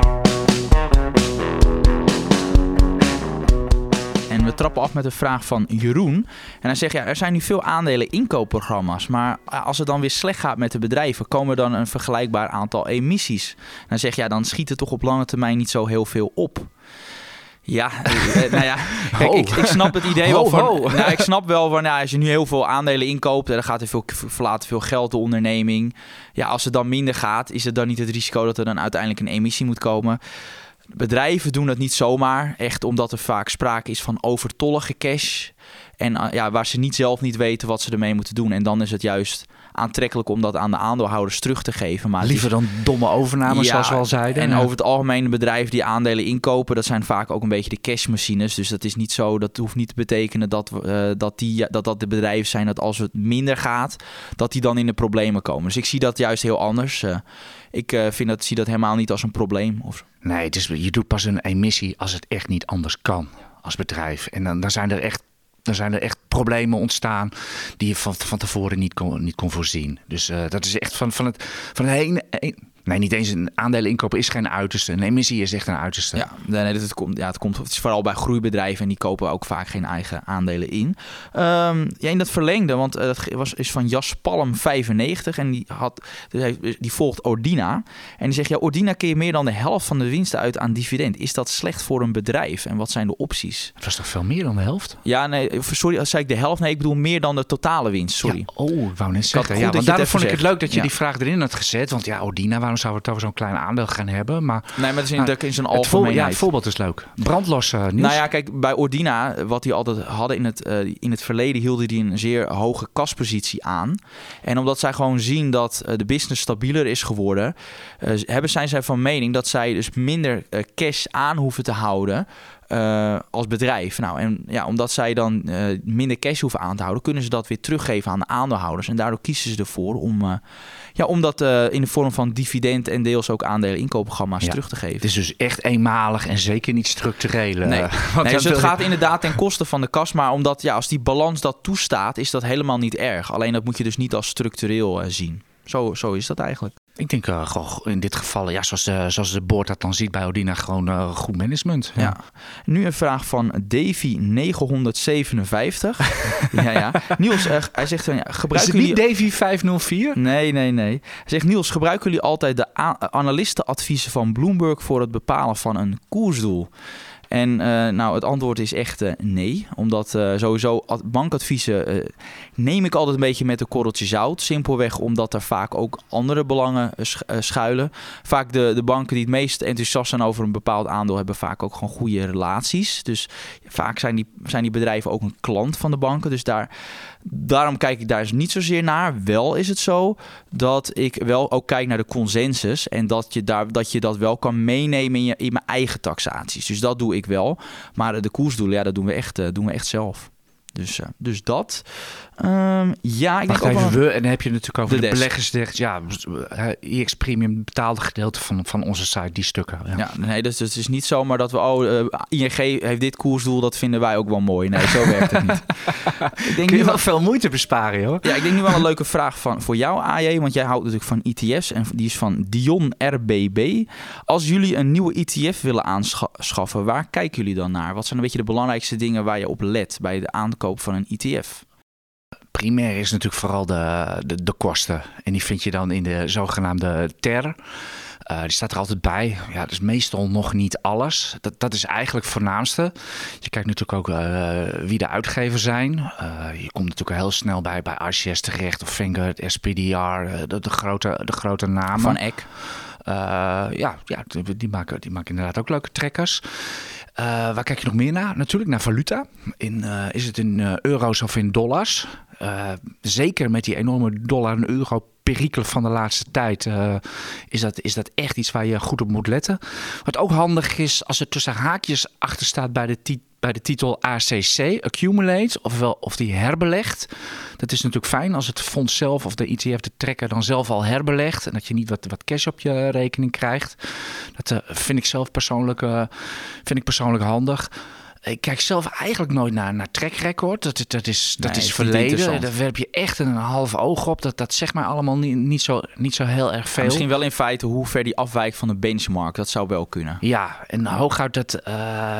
En we trappen af met een vraag van Jeroen. En hij zegt, ja, er zijn nu veel aandelen inkoopprogramma's. Maar als het dan weer slecht gaat met de bedrijven, komen dan een vergelijkbaar aantal emissies. En hij zegt, ja, dan schiet het toch op lange termijn niet zo heel veel op. Ja, eh, nou ja, kijk, ik, ik snap het idee wel van... Ho, ho. Nou, ik snap wel van, nou, als je nu heel veel aandelen inkoopt, dan gaat er veel, verlaat veel geld de onderneming. Ja, als het dan minder gaat, is het dan niet het risico dat er dan uiteindelijk een emissie moet komen? Bedrijven doen dat niet zomaar, echt omdat er vaak sprake is van overtollige cash. En uh, ja, waar ze niet zelf niet weten wat ze ermee moeten doen. En dan is het juist aantrekkelijk om dat aan de aandeelhouders terug te geven. Maar liever dan domme overnames, ja, zoals we al zeiden. En ja. over het algemeen de bedrijven die aandelen inkopen, dat zijn vaak ook een beetje de cashmachines. Dus dat is niet zo, dat hoeft niet te betekenen dat, uh, dat, die, dat dat de bedrijven zijn dat als het minder gaat, dat die dan in de problemen komen. Dus ik zie dat juist heel anders. Uh, ik uh, vind dat, zie dat helemaal niet als een probleem. Of... Nee, het is, je doet pas een emissie als het echt niet anders kan als bedrijf. En dan, dan zijn er echt Dan zijn er echt problemen ontstaan die je van, van tevoren niet kon, niet kon voorzien. Dus uh, dat is echt van, van het, van het ene, Nee, niet eens een aandelen inkopen is geen uiterste. Een emissie is echt een uiterste. Ja, nee, nee, het, komt, ja, het, komt, het is vooral bij groeibedrijven en die kopen ook vaak geen eigen aandelen in. Um, ja, in dat verlengde, want uh, dat was, is van Jas Palm vijfennegentig en die, had, die volgt Ordina. En die zegt, ja, Ordina keert meer dan de helft van de winsten uit aan dividend. Is dat slecht voor een bedrijf? En wat zijn de opties? Het was toch veel meer dan de helft? Ja, nee, sorry, zei ik de helft? Nee, ik bedoel meer dan de totale winst, sorry. Ja, oh, ik wou net zeggen. Ja, want daarom vond ik het leuk dat je ja. die vraag erin had gezet. Want ja, Ordina, waarom zouden we het over zo'n klein aandeel gaan hebben? Maar, nee, maar het is in, nou, in zijn algemeenheid. Voor, ja, het voorbeeld is leuk. Brandlos uh, nieuws. Nou ja, kijk, bij Ordina, wat die altijd hadden in het, uh, in het verleden, hielden die een zeer hoge kaspositie aan. En omdat zij gewoon zien dat uh, de business stabieler is geworden, uh, hebben, zijn zij van mening dat zij dus minder uh, cash aan hoeven te houden Uh, als bedrijf. Nou, en ja, omdat zij dan uh, minder cash hoeven aan te houden, kunnen ze dat weer teruggeven aan de aandeelhouders. En daardoor kiezen ze ervoor om, uh, ja, om dat uh, in de vorm van dividend en deels ook aandelen inkoopprogramma's ja, terug te geven. Het is dus echt eenmalig en zeker niet structureel. Nee, nee dus het gaat inderdaad ten koste van de kas. Maar omdat, ja, als die balans dat toestaat, is dat helemaal niet erg. Alleen dat moet je dus niet als structureel uh, zien. Zo, zo is dat eigenlijk. Ik denk uh, gewoon in dit geval, ja, zoals de, zoals de board dat dan ziet bij Ordina, gewoon uh, goed management. Ja. Ja. Nu een vraag van Davy negenhonderdzevenenvijftig. ja, ja. Niels, uh, hij zegt, uh, gebruiken Is het niet jullie... Davy vijfhonderdvier? Nee, nee, nee. Hij zegt, Niels, gebruiken jullie altijd de a- analistenadviezen van Bloomberg voor het bepalen van een koersdoel? En uh, nou, het antwoord is echt uh, nee. Omdat uh, sowieso bankadviezen uh, neem ik altijd een beetje met een korreltje zout. Simpelweg omdat er vaak ook andere belangen sch- uh, schuilen. Vaak de, de banken die het meest enthousiast zijn over een bepaald aandeel hebben vaak ook gewoon goede relaties. Dus vaak zijn die, zijn die bedrijven ook een klant van de banken. Dus daar, daarom kijk ik daar dus niet zozeer naar. Wel is het zo dat ik wel ook kijk naar de consensus. En dat je, daar, dat, je dat wel kan meenemen in, je, in mijn eigen taxaties. Dus dat doe ik wel. Maar de koersdoelen, ja, dat doen we echt, uh, doen we echt zelf. Dus, uh, dus dat. Um, ja, ik Wacht denk ook even, wel... we, en dan heb je natuurlijk over de, de, de beleggers. Ja, I X Premium betaalde gedeelte van, van onze site, die stukken. Ja, ja nee, dus het is niet zomaar dat we... Oh, uh, I N G heeft dit koersdoel, dat vinden wij ook wel mooi. Nee, zo werkt het niet. Ik denk Kun je nu wel veel moeite besparen, hoor. Ja, ik denk nu wel een leuke vraag van, voor jou, A J. Want jij houdt natuurlijk van E T F's. En die is van Dion R B B. Als jullie een nieuwe E T F willen aanschaffen, waar kijken jullie dan naar? Wat zijn een beetje de belangrijkste dingen waar je op let bij de aankoop van een E T F? Primair is natuurlijk vooral de, de, de kosten. En die vind je dan in de zogenaamde T E R. Uh, die staat er altijd bij. Ja, dat is meestal nog niet alles. Dat, dat is eigenlijk het voornaamste. Je kijkt natuurlijk ook uh, wie de uitgever zijn. Uh, je komt natuurlijk heel snel bij, bij R C S terecht of Vanguard, S P D R, uh, de, de, grote, de grote namen. Van Eck. Uh, ja, ja die, maken, die maken inderdaad ook leuke trekkers. Uh, waar kijk je nog meer naar? Natuurlijk naar valuta. In, uh, is het in uh, euro's of in dollars? Uh, zeker met die enorme dollar- en euro-perikelen van de laatste tijd uh, is, dat, is dat echt iets waar je goed op moet letten. Wat ook handig is als er tussen haakjes achter staat bij de, tit- bij de titel A C C, Accumulate, ofwel of die herbelegt. Dat is natuurlijk fijn als het fonds zelf of de E T F, de trekker, dan zelf al herbelegt en dat je niet wat, wat cash op je rekening krijgt. Dat uh, vind ik zelf persoonlijk, uh, vind ik persoonlijk handig. Ik kijk zelf eigenlijk nooit naar, naar track record. Dat, dat is, dat nee, is verleden. Daar werp je echt een half oog op. Dat, dat zegt mij allemaal niet, niet, zo, niet zo heel erg veel. Ja, misschien wel in feite hoe ver die afwijkt van de benchmark. Dat zou wel kunnen. Ja, en hooguit dat... Uh,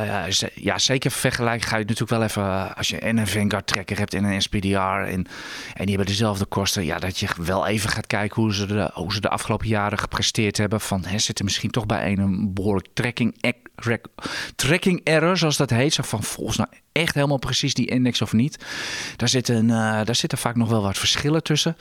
ja, zeker vergelijken ga je natuurlijk wel even... Als je en een Vanguard tracker hebt en een S P D R... En, en die hebben dezelfde kosten... Ja, dat je wel even gaat kijken hoe ze de, hoe ze de afgelopen jaren gepresteerd hebben. Van, hè, zit er misschien toch bij een, een behoorlijk tracking, tracking error, zoals dat heet. Zo van, volgens nou echt helemaal precies die index of niet. Daar zitten, uh, daar zitten vaak nog wel wat verschillen tussen.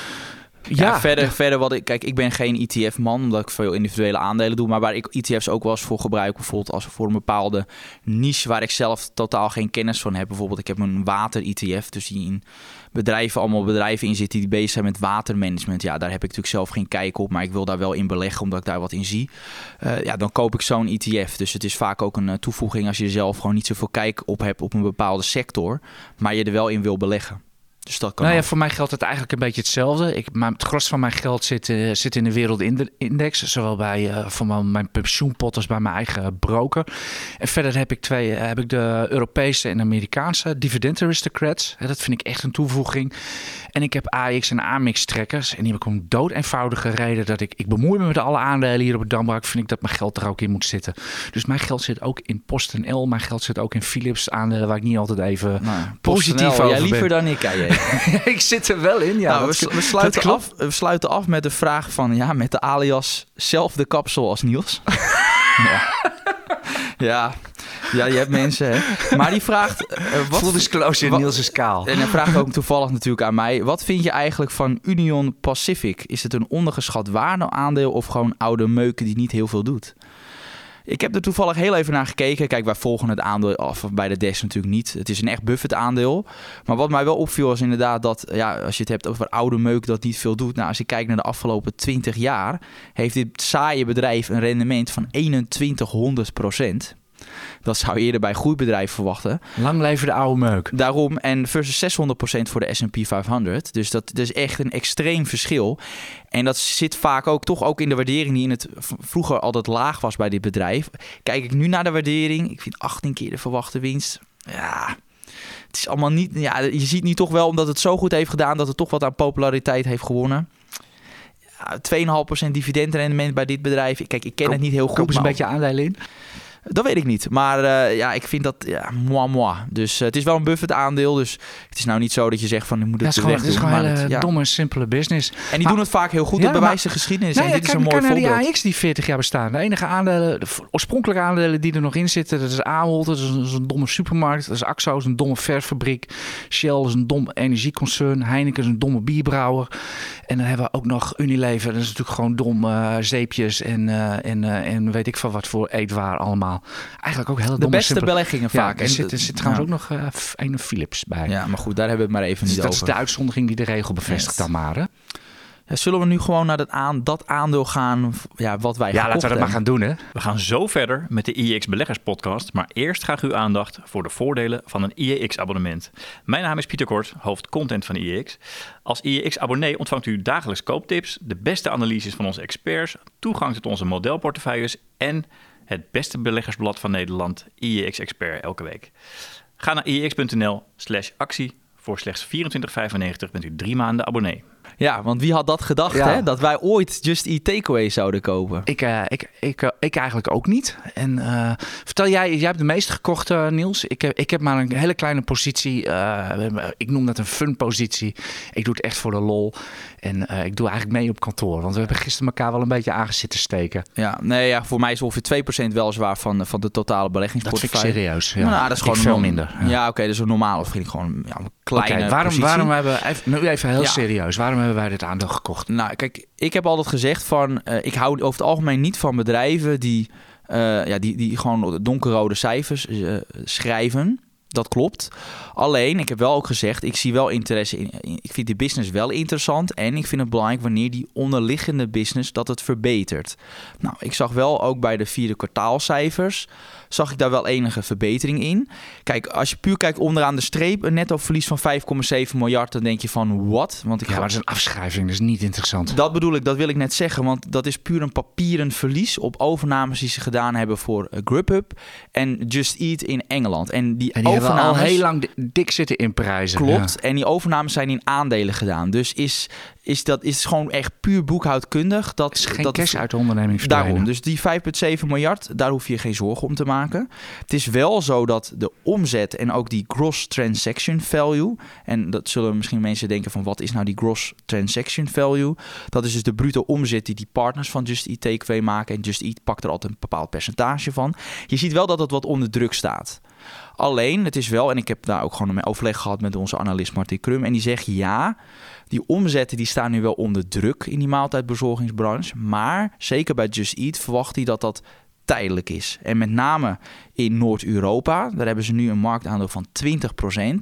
Ja, ja, verder, ja. verder wat ik... Kijk, ik ben geen E T F-man, omdat ik veel individuele aandelen doe. Maar waar ik E T F's ook wel eens voor gebruik, bijvoorbeeld als voor een bepaalde niche waar ik zelf totaal geen kennis van heb. Bijvoorbeeld, ik heb een water-E T F, dus die in bedrijven, allemaal bedrijven in zitten die bezig zijn met watermanagement. Ja, daar heb ik natuurlijk zelf geen kijk op, maar ik wil daar wel in beleggen, omdat ik daar wat in zie. Uh, ja, dan koop ik zo'n E T F. Dus het is vaak ook een uh, toevoeging als je zelf gewoon niet zoveel kijk op hebt op een bepaalde sector, maar je er wel in wil beleggen. Dus dat kan Nou ja, ook. voor mij geldt het eigenlijk een beetje hetzelfde. Ik, maar het gros van mijn geld zit, uh, zit in de wereldindex. Zowel bij uh, voor mijn, mijn pensioenpot als bij mijn eigen broker. En verder heb ik, twee, uh, heb ik de Europese en Amerikaanse dividend aristocrats. Uh, dat vind ik echt een toevoeging. En ik heb A X en Amix trekkers. En die heb ik om dood eenvoudige reden dat ik... Ik bemoei me met alle aandelen hier op het Damrak. Vind ik dat mijn geld er ook in moet zitten. Dus mijn geld zit ook in PostNL. Mijn geld zit ook in Philips aandelen waar ik niet altijd even Nou, positief PostNL, over jij liever ben. dan ik, kan je. Ik zit er wel in, ja. nou, dat, we, we, sluiten dat af, we sluiten af met de vraag van, ja, met de alias zelfde kapsel als Niels. ja. ja, ja, je hebt mensen, hè. Maar die vraagt... Uh, wat, Full disclosure, wat, Niels is kaal. En hij vraagt ook toevallig natuurlijk aan mij. Wat vind je eigenlijk van Union Pacific? Is het een ondergeschat waardeaandeel of gewoon oude meuken die niet heel veel doet? Ik heb er toevallig heel even naar gekeken. Kijk, wij volgen het aandeel af bij de desk natuurlijk niet. Het is een echt Buffett aandeel. Maar wat mij wel opviel was inderdaad dat, ja, als je het hebt over oude meuk dat niet veel doet. Nou, als je kijkt naar de afgelopen twintig jaar, heeft dit saaie bedrijf een rendement van eenentwintighonderd procent. Dat zou je eerder bij groeibedrijven verwachten. Lang leven de oude meuk. Daarom, en versus zeshonderd procent voor de S en P vijfhonderd. Dus dat, dat is echt een extreem verschil. En dat zit vaak ook toch ook in de waardering die in het vroeger altijd laag was bij dit bedrijf. Kijk ik nu naar de waardering, ik vind achttien keer de verwachte winst. Ja, het is allemaal niet... Ja, je ziet nu toch wel, omdat het zo goed heeft gedaan, dat het toch wat aan populariteit heeft gewonnen. Ja, twee komma vijf procent dividendrendement bij dit bedrijf. Kijk, ik ken Koop, het niet heel goed. Koop eens een maar beetje aandelen in. Dat weet ik niet. Maar uh, ja, ik vind dat ja, moi moi. Dus uh, het is wel een Buffett aandeel. Dus het is nou niet zo dat je zegt van ik moet het ja, weg het is doen. gewoon een hele het, ja. domme, simpele business. En die maar, doen het vaak heel goed. Ja, Dat bewijst de geschiedenis. Nou en ja, dit kijk, is een mooi kijk voorbeeld. naar die A X die veertig jaar bestaan. De enige aandelen, de oorspronkelijke aandelen die er nog in zitten, dat is Ahold, dat is een, dat is een domme supermarkt. Dat is Axo, dat is een domme verffabriek. Shell is een dom energieconcern. Heineken is een domme bierbrouwer. En dan hebben we ook nog Unilever. Dat is natuurlijk gewoon dom uh, zeepjes en, uh, en, uh, en weet ik van wat voor eetwaar allemaal. Eigenlijk ook hele domme, de beste simpele beleggingen vaak. Ja, er zit, er zit trouwens ja. ook nog uh, een Philips bij. Ja, maar goed, daar hebben we het maar even dus niet dat over. is de uitzondering die de regel bevestigt dan maar. Hè? Ja, zullen we nu gewoon naar dat, aan, dat aandeel gaan, ja, wat wij Ja, gekocht laten we dat maar gaan doen, hè? We gaan zo verder met de I E X Beleggers podcast, maar eerst graag uw aandacht voor de voordelen van een I E X-abonnement. Mijn naam is Pieter Kort, hoofd content van I E X. Als I E X-abonnee ontvangt u dagelijks kooptips, de beste analyses van onze experts, toegang tot onze modelportefeuilles en het beste beleggersblad van Nederland, I E X Expert, elke week. Ga naar i e x punt n l slash actie. Voor slechts vierentwintig vijfennegentig bent u drie maanden abonnee. Ja, want wie had dat gedacht, ja. hè? Dat wij ooit Just Eat Takeaway zouden kopen? Ik, uh, ik, ik, uh, ik eigenlijk ook niet. En uh, vertel jij, jij hebt de meeste gekocht, uh, Niels. Ik heb, ik heb maar een hele kleine positie. Uh, ik noem dat een fun positie. Ik doe het echt voor de lol. En uh, ik doe eigenlijk mee op kantoor. Want we hebben gisteren elkaar wel een beetje aangezitten steken. Ja, nee, ja, voor mij is ongeveer twee procent weliswaar van, van de totale beleggingsportefeuille. Dat vind ik serieus. Ja. Nou, dat is gewoon veel norm- minder. Ja, Ja, ja oké, okay, dus een normaal. Of vind ik gewoon ja, een kleine okay, waarom, positie. waarom hebben we, even, nu even heel Ja. serieus, waarom hebben wij dit aandeel gekocht? Nou, kijk, ik heb altijd gezegd van, uh, ik hou over het algemeen niet van bedrijven die, uh, ja, die, die gewoon donkerrode cijfers uh, schrijven. Dat klopt. Alleen, ik heb wel ook gezegd, ik zie wel interesse in. Ik vind die business wel interessant. En ik vind het belangrijk wanneer die onderliggende business dat het verbetert. Nou, ik zag wel ook bij de vierde kwartaalcijfers, zag ik daar wel enige verbetering in. Kijk, als je puur kijkt onderaan de streep, een netto verlies van vijf komma zeven miljard, dan denk je van wat? Want ik Ja, ga... maar dat is een afschrijving, dat is niet interessant. Dat bedoel ik, dat wil ik net zeggen. Want dat is puur een papieren verlies op overnames die ze gedaan hebben voor uh, Grubhub en Just Eat in Engeland. En die, En die hebben overnames al heel lang dik zitten in prijzen. klopt. Ja. En die overnames zijn in aandelen gedaan. Dus is, is dat is gewoon echt puur boekhoudkundig. Dat Er is geen dat cash uit de onderneming verdwijnen. Daarom. Dus die vijf komma zeven miljard, daar hoef je geen zorgen om te maken. Het is wel zo dat de omzet en ook die gross transaction value, en dat zullen misschien mensen denken van wat is nou die gross transaction value? Dat is dus de bruto omzet die die partners van Just Eat Takeaway maken. En Just Eat pakt er altijd een bepaald percentage van. Je ziet wel dat het wat onder druk staat. Alleen, het is wel, en ik heb daar ook gewoon een overleg gehad met onze analist Martin Krum, en die zegt ja, die omzetten die staan nu wel onder druk in die maaltijdbezorgingsbranche, maar zeker bij Just Eat verwacht hij dat dat tijdelijk is. En met name in Noord-Europa, daar hebben ze nu een marktaandeel van twintig procent.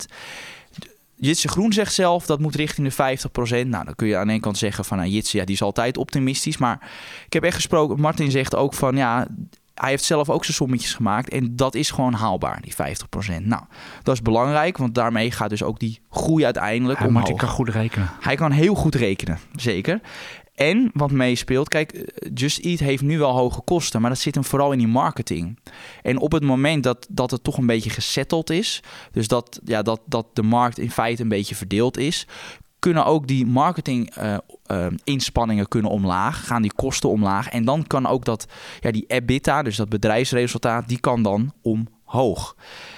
Jitse Groen zegt zelf dat moet richting de vijftig procent. Nou, dan kun je aan de ene kant zeggen van nou, Jitse, ja, die is altijd optimistisch, maar ik heb echt gesproken, Martin zegt ook van ja, hij heeft zelf ook zijn sommetjes gemaakt. En dat is gewoon haalbaar, die vijftig procent. Nou, dat is belangrijk, want daarmee gaat dus ook die groei uiteindelijk Hij omhoog. Martin kan goed rekenen. Hij kan heel goed rekenen, zeker. En wat meespeelt, kijk, Just Eat heeft nu wel hoge kosten, maar dat zit hem vooral in die marketing. En op het moment dat, dat het toch een beetje gesetteld is, dus dat, ja, dat, dat de markt in feite een beetje verdeeld is, kunnen ook die marketing uh, uh, inspanningen kunnen omlaag, gaan die kosten omlaag. En dan kan ook dat, ja, die EBITDA, dus dat bedrijfsresultaat, die kan dan omhoog.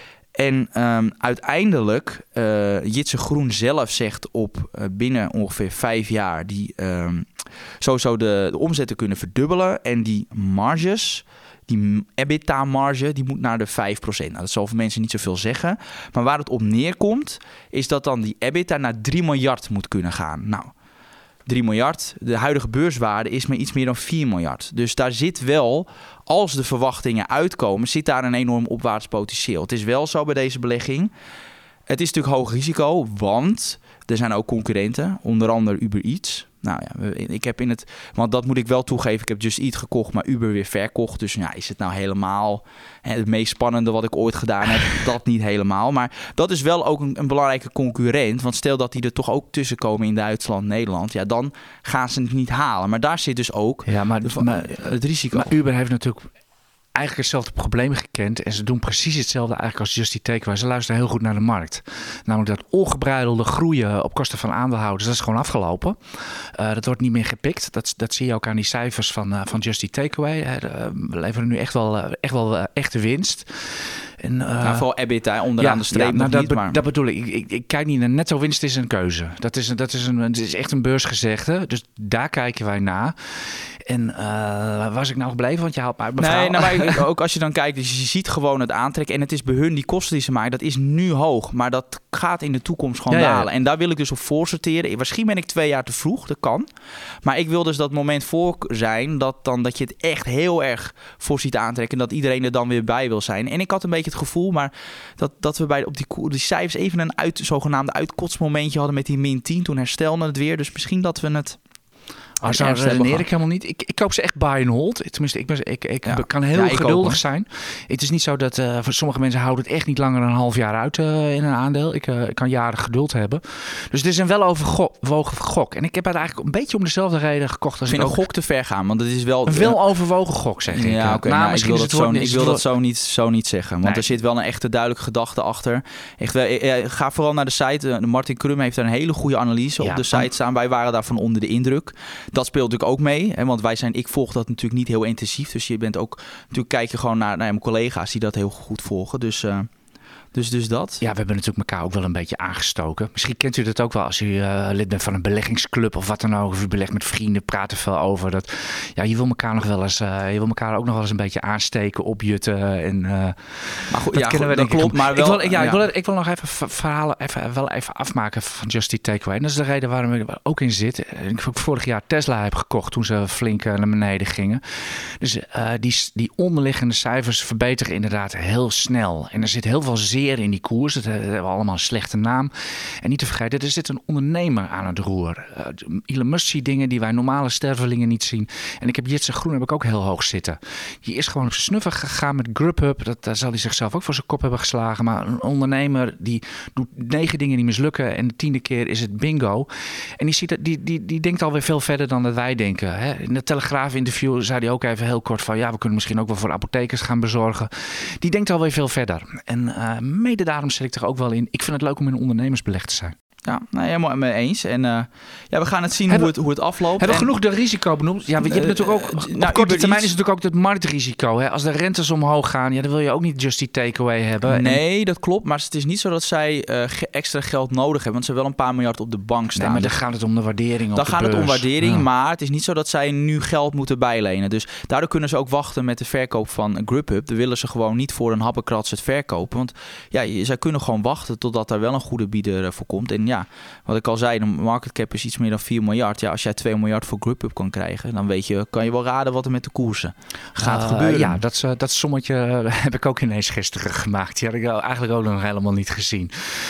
En um, uiteindelijk, uh, Jitse Groen zelf zegt op uh, binnen ongeveer vijf jaar die um, sowieso de, de omzetten kunnen verdubbelen. En die marges, die EBITDA-marge, die moet naar de vijf procent. Nou, dat zal voor mensen niet zoveel zeggen. Maar waar het op neerkomt, is dat dan die EBITDA naar drie miljard moet kunnen gaan. Nou, drie miljard. De huidige beurswaarde is maar iets meer dan vier miljard. Dus daar zit wel, als de verwachtingen uitkomen, zit daar een enorm opwaarts potentieel. Het is wel zo bij deze belegging. Het is natuurlijk hoog risico, want er zijn ook concurrenten, onder andere Uber Eats. Nou ja, ik heb in het, want dat moet ik wel toegeven, ik heb Just Eat gekocht, maar Uber weer verkocht. Dus ja, is het nou helemaal hè, het meest spannende wat ik ooit gedaan heb? Dat niet helemaal. Maar dat is wel ook een, een belangrijke concurrent. Want stel dat die er toch ook tussen komen in Duitsland, Nederland, ja, dan gaan ze het niet halen. Maar daar zit dus ook ja, maar, de, maar, het risico. Maar Uber heeft natuurlijk eigenlijk hetzelfde probleem gekend. En ze doen precies hetzelfde eigenlijk als Just Eat Takeaway. Ze luisteren heel goed naar de markt. Namelijk dat ongebreidelde groeien op kosten van aandeelhouders, dat is gewoon afgelopen. Uh, dat wordt niet meer gepikt. Dat, dat zie je ook aan die cijfers van, uh, van Just Eat Takeaway. Uh, we leveren nu echt wel, uh, echt wel uh, echte winst. En, uh, nou, vooral EBITDA onderaan ja, de streep ja, nou, nog dat, niet. be- Maar... dat bedoel ik. Ik, ik. ik kijk niet naar netto winst is een keuze. Dat is, dat is, een, het is echt een beursgezegde. Dus daar kijken wij naar. En uh, waar was ik nou gebleven? Want je haalt me uit mijn Nee, verhaal. nou, maar ook als je dan kijkt, dus je ziet gewoon het aantrekken. En het is bij hun, die kosten die ze maken, dat is nu hoog. Maar dat gaat in de toekomst gewoon ja, ja, ja. dalen. En daar wil ik dus op voor sorteren. Misschien ben ik twee jaar te vroeg, dat kan. Maar ik wil dus dat moment voor zijn dat, dan, dat je het echt heel erg voor ziet aantrekken. En dat iedereen er dan weer bij wil zijn. En ik had een beetje het gevoel, maar dat, dat we bij op die, die cijfers even een uit, zogenaamde uitkotsmomentje hadden met die min tien. Toen herstelde het weer. Dus misschien dat we het... Oh, zo redeneer ik helemaal niet. Ik, ik koop ze echt buy and hold. Tenminste, ik, ben, ik, ik ja. kan heel ja, geduldig zijn. Het is niet zo dat uh, voor sommige mensen houden het echt niet langer dan een half jaar uit uh, in een aandeel. Ik, uh, ik kan jaren geduld hebben. Dus het is een weloverwogen gok. En ik heb het eigenlijk een beetje om dezelfde reden gekocht. Als ik vind ik een gok te ver gaan, want het is wel... Een weloverwogen gok, zeg ik. Ja, okay, nou, nou, ik wil, dat, zo, ik wil dat zo niet, zo niet zeggen. Want nee. er zit wel een echte duidelijke gedachte achter. Echt, uh, ga vooral naar de site. Uh, Martin Krum heeft daar een hele goede analyse ja, op de site dan... staan. Wij waren daarvan onder de indruk. Dat speelt natuurlijk ook mee. Mee, hè, want wij zijn, ik volg dat natuurlijk niet heel intensief. Dus je bent ook, natuurlijk kijk je gewoon naar, naar mijn collega's die dat heel goed volgen. Dus, uh, dus, dus dat. Ja, we hebben natuurlijk elkaar ook wel een beetje aangestoken. Misschien kent u dat ook wel als u uh, lid bent van een beleggingsclub of wat dan ook. Of u belegt met vrienden, praat er veel over. Dat, ja, je wil elkaar nog wel eens, uh, je wil elkaar ook nog wel eens een beetje aansteken, opjutten. En, uh, maar goed, dat ja, kennen goed, we dat klopt. Maar wel, ik wil, ja, ja. Ik, wil, ik wil nog even verhalen, even, wel even afmaken van Just Eat Takeaway. En dat is de reden waarom ik er ook in zit. Ik heb vorig jaar Tesla heb gekocht toen ze flink naar beneden gingen. Dus uh, die, die onderliggende cijfers verbeteren inderdaad heel snel. En er zit heel veel zeer in die koers. Het hebben allemaal een slechte naam. En niet te vergeten, er zit een ondernemer aan het roer. Uh, Elon Musk ziet dingen die wij normale stervelingen niet zien. En ik heb Jitse Groen heb ik ook heel hoog zitten. Die is gewoon op zijn snuffen gegaan met Grubhub. Dat, daar zal hij zichzelf ook voor zijn kop hebben geslagen. Maar een ondernemer die doet negen dingen die mislukken. En de tiende keer is het bingo. En die, ziet, die, die, die denkt alweer veel verder dan dat wij denken. Hè? In het Telegraaf-interview zei hij ook even heel kort van... ja, we kunnen misschien ook wel voor apothekers gaan bezorgen. Die denkt alweer veel verder. En uh, mede daarom zit ik er ook wel in. Ik vind het leuk om in een ondernemersbeleg te zijn. Ja, nou, helemaal mee eens. En uh, ja, we gaan het zien hebben, hoe, het, hoe het afloopt. Hebben we en, genoeg de risico benoemd? Ja, je hebt natuurlijk ook... Uh, op nou, korte termijn iets... is natuurlijk ook het marktrisico. Hè? Als de rentes omhoog gaan, ja, dan wil je ook niet Just Eat Takeaway hebben. Nee, en... dat klopt. Maar het is niet zo dat zij uh, extra geld nodig hebben. Want ze hebben wel een paar miljard op de bank staan. Nee, maar dan gaat het om de waardering op Dan de gaat beurs. het om waardering, ja. maar het is niet zo dat zij nu geld moeten bijlenen. Dus daardoor kunnen ze ook wachten met de verkoop van Grubhub. Dan willen ze gewoon niet voor een happenkrats het verkopen. Want ja, zij kunnen gewoon wachten totdat daar wel een goede bieder voor komt. En ja, wat ik al zei, de market cap is iets meer dan vier miljard. Ja, als jij twee miljard voor Grubhub kan krijgen, dan weet je, kan je wel raden wat er met de koersen gaat uh, gebeuren. Ja, dat, uh, dat sommetje heb ik ook ineens gisteren gemaakt. Die had ik eigenlijk ook nog helemaal niet gezien.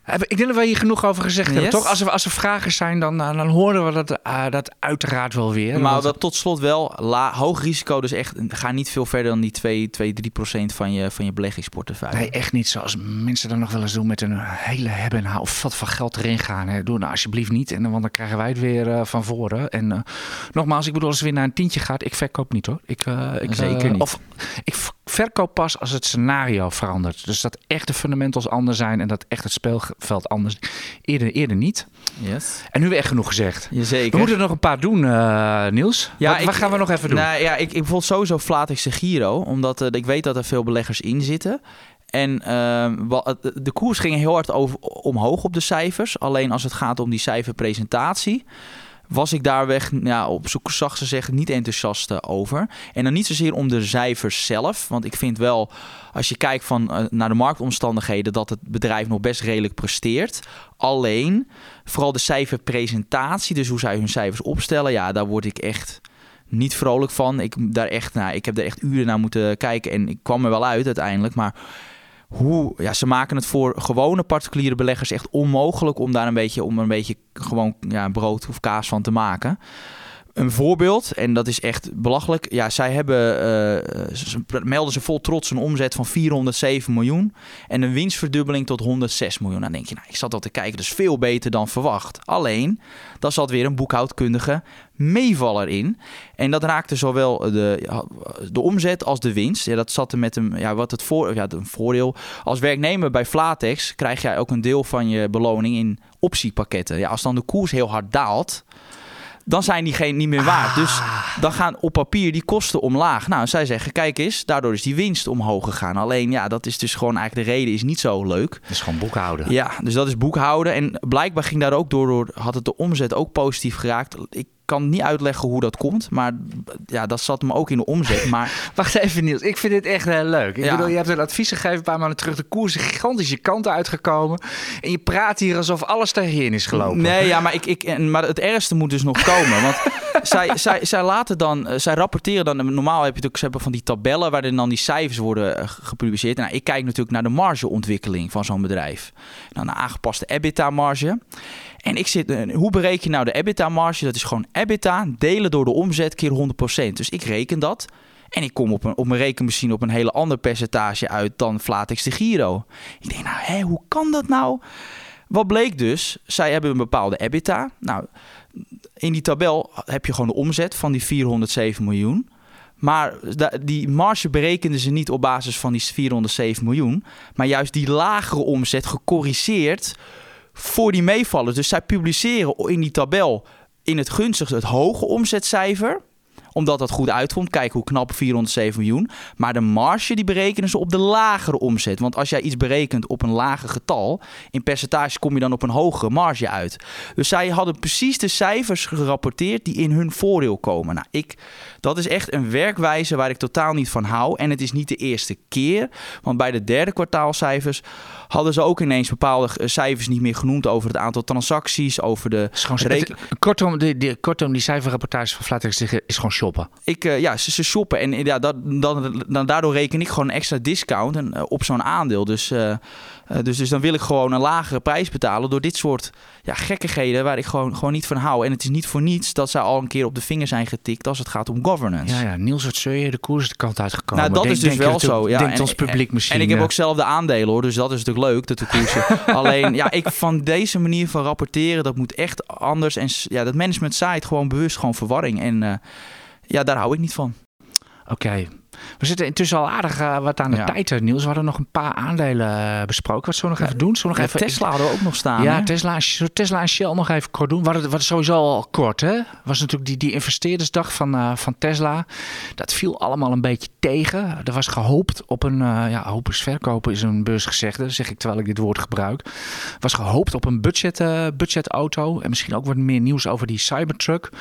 Ik denk dat we hier genoeg over gezegd Yes. hebben, toch? Als er, als er vragen zijn, dan, dan horen we dat, uh, dat uiteraard wel weer. Maar Want- dat tot slot wel, la, hoog risico, dus echt, ga niet veel verder dan die twee, twee drie procent van je, van je beleggingsportefeuille. Nee, echt niet zoals mensen dan nog wel eens doen met een hele hebben en houden of wat van geld erin gaan. Hè. Doe nou alsjeblieft niet, en, want dan krijgen wij het weer uh, van voren. En uh, nogmaals, ik bedoel, als het weer naar een tientje gaat, ik verkoop niet hoor. Ik, uh, ik, Zeker uh, niet. Of ik verkoop pas als het scenario verandert. Dus dat echt de fundamentals anders zijn en dat echt het speelveld anders. Eerder, eerder niet. Yes. En nu weer echt genoeg gezegd. Jazeker. We moeten er nog een paar doen, uh, Niels. Ja, wat, ik- wat gaan we nog even doen? Nou ja, ik, ik bijvoorbeeld sowieso Flatex de Giro, omdat uh, ik weet dat er veel beleggers in zitten. En uh, wa- de koers ging heel hard over, omhoog op de cijfers. Alleen als het gaat om die cijferpresentatie, was ik daar weg, ja, op zoek zag ze zeggen, niet enthousiast uh, over. En dan niet zozeer om de cijfers zelf. Want ik vind wel, als je kijkt van, uh, naar de marktomstandigheden, dat het bedrijf nog best redelijk presteert. Alleen, vooral de cijferpresentatie, dus hoe zij hun cijfers opstellen, ja, daar word ik echt niet vrolijk van. Ik, daar echt, nou, ik heb er echt uren naar moeten kijken en ik kwam er wel uit uiteindelijk. Maar hoe, ja, ze maken het voor gewone particuliere beleggers echt onmogelijk om daar een beetje, om er een beetje gewoon ja, brood of kaas van te maken. Een voorbeeld, en dat is echt belachelijk. Ja, zij hebben, uh, ze melden ze vol trots een omzet van vierhonderdzeven miljoen en een winstverdubbeling tot honderdzes miljoen. Dan denk je, nou, ik zat al te kijken, dus veel beter dan verwacht. Alleen, daar zat weer een boekhoudkundige meevaller in. En dat raakte zowel de, de omzet als de winst. Ja, dat zat er met een, ja, wat het voor, ja, een voordeel. Als werknemer bij Flatex krijg jij ook een deel van je beloning in optiepakketten. Ja, als dan de koers heel hard daalt, dan zijn die geen, niet meer waard. Dus dan gaan op papier die kosten omlaag. Nou, zij zeggen, kijk eens, daardoor is die winst omhoog gegaan. Alleen, ja, dat is dus gewoon eigenlijk de reden is niet zo leuk. Dat is gewoon boekhouden. Ja, dus dat is boekhouden. En blijkbaar ging daar ook door, door had het de omzet ook positief geraakt. Ik kan niet uitleggen hoe dat komt, maar ja, dat zat me ook in de omzet. Maar Wacht even, Niels. Ik vind dit echt heel leuk. Ik Ja. bedoel, je hebt een advies gegeven een paar maanden terug. De koers is gigantische kanten uitgekomen. En je praat hier alsof alles tegen je in is gelopen. nee, ja, maar, ik, ik, en- maar het ergste moet dus nog komen. Want zij, zij, zij laten dan, eh, zij rapporteren dan. Normaal heb je natuurlijk ze hebben van die tabellen waarin dan die cijfers worden eh, gepubliceerd. Nou, ik kijk natuurlijk naar de margeontwikkeling van zo'n bedrijf. Dan een aangepaste EBITDA-marge. En ik zit, eh, hoe bereken je nou de EBITDA-marge? Dat is gewoon EBITDA delen door de omzet keer honderd procent. Dus ik reken dat. En ik kom op, een, op mijn rekenmachine op een hele ander percentage uit dan Flatex de Giro. Ik denk, nou, hé, hoe kan dat nou? Wat bleek dus? Zij hebben een bepaalde EBITDA. Nou, in die tabel heb je gewoon de omzet van die vierhonderdzeven miljoen. Maar da- die marge berekenden ze niet op basis van die vierhonderdzeven miljoen. Maar juist die lagere omzet gecorrigeerd voor die meevallers. Dus zij publiceren in die tabel in het gunstigste het hoge omzetcijfer, omdat dat goed uitkomt. Kijk hoe knap, vierhonderdzeven miljoen. Maar de marge die berekenen ze op de lagere omzet. Want als jij iets berekent op een lager getal, in percentage kom je dan op een hogere marge uit. Dus zij hadden precies de cijfers gerapporteerd die in hun voordeel komen. Nou, ik, dat is echt een werkwijze waar ik totaal niet van hou. En het is niet de eerste keer. Want bij de derde kwartaalcijfers hadden ze ook ineens bepaalde cijfers niet meer genoemd over het aantal transacties, over de Het is gewoon, reken- het- kortom, die, die, kortom, die cijferrapportage van Flatex is gewoon shoppen. Ik, uh, ja, ze, ze shoppen en ja, dat, dan, dan, daardoor reken ik gewoon een extra discount en, uh, op zo'n aandeel. Dus, uh, uh, dus, dus dan wil ik gewoon een lagere prijs betalen door dit soort ja, gekkigheden waar ik gewoon, gewoon niet van hou. En het is niet voor niets dat zij al een keer op de vinger zijn getikt als het gaat om governance. Ja, ja, Niels, wat zul je? De koers is de kant uitgekomen. Nou, dat Denk- is dus denk wel je zo. Ja. Denkt En- ons publiek misschien. En ik heb eh, ook zelf de aandelen hoor, dus dat is natuurlijk leuk, dat de koersen. Alleen, ja, ik van deze manier van rapporteren, dat moet echt anders. En s- ja, dat management zaait gewoon bewust gewoon verwarring. En uh, ja, daar hou ik niet van. Oké. We zitten intussen al aardig uh, wat aan de Ja. tijd, uh, Niels. We hadden nog een paar aandelen uh, besproken. Wat zullen we nog even doen? Zullen we Ja, nog even... Tesla hadden we ook nog staan. Ja, hè? Tesla, en- Tesla en Shell nog even kort doen. We hadden het sowieso al kort, hè? Was natuurlijk die, die investeerdersdag van, uh, van Tesla. Dat viel allemaal een beetje tegen. Er was gehoopt op een... Uh, ja, hoop is verkopen is een beursgezegde. Dat zeg ik terwijl ik dit woord gebruik. Was gehoopt op een budget, uh, budgetauto. En misschien ook wat meer nieuws over die Cybertruck.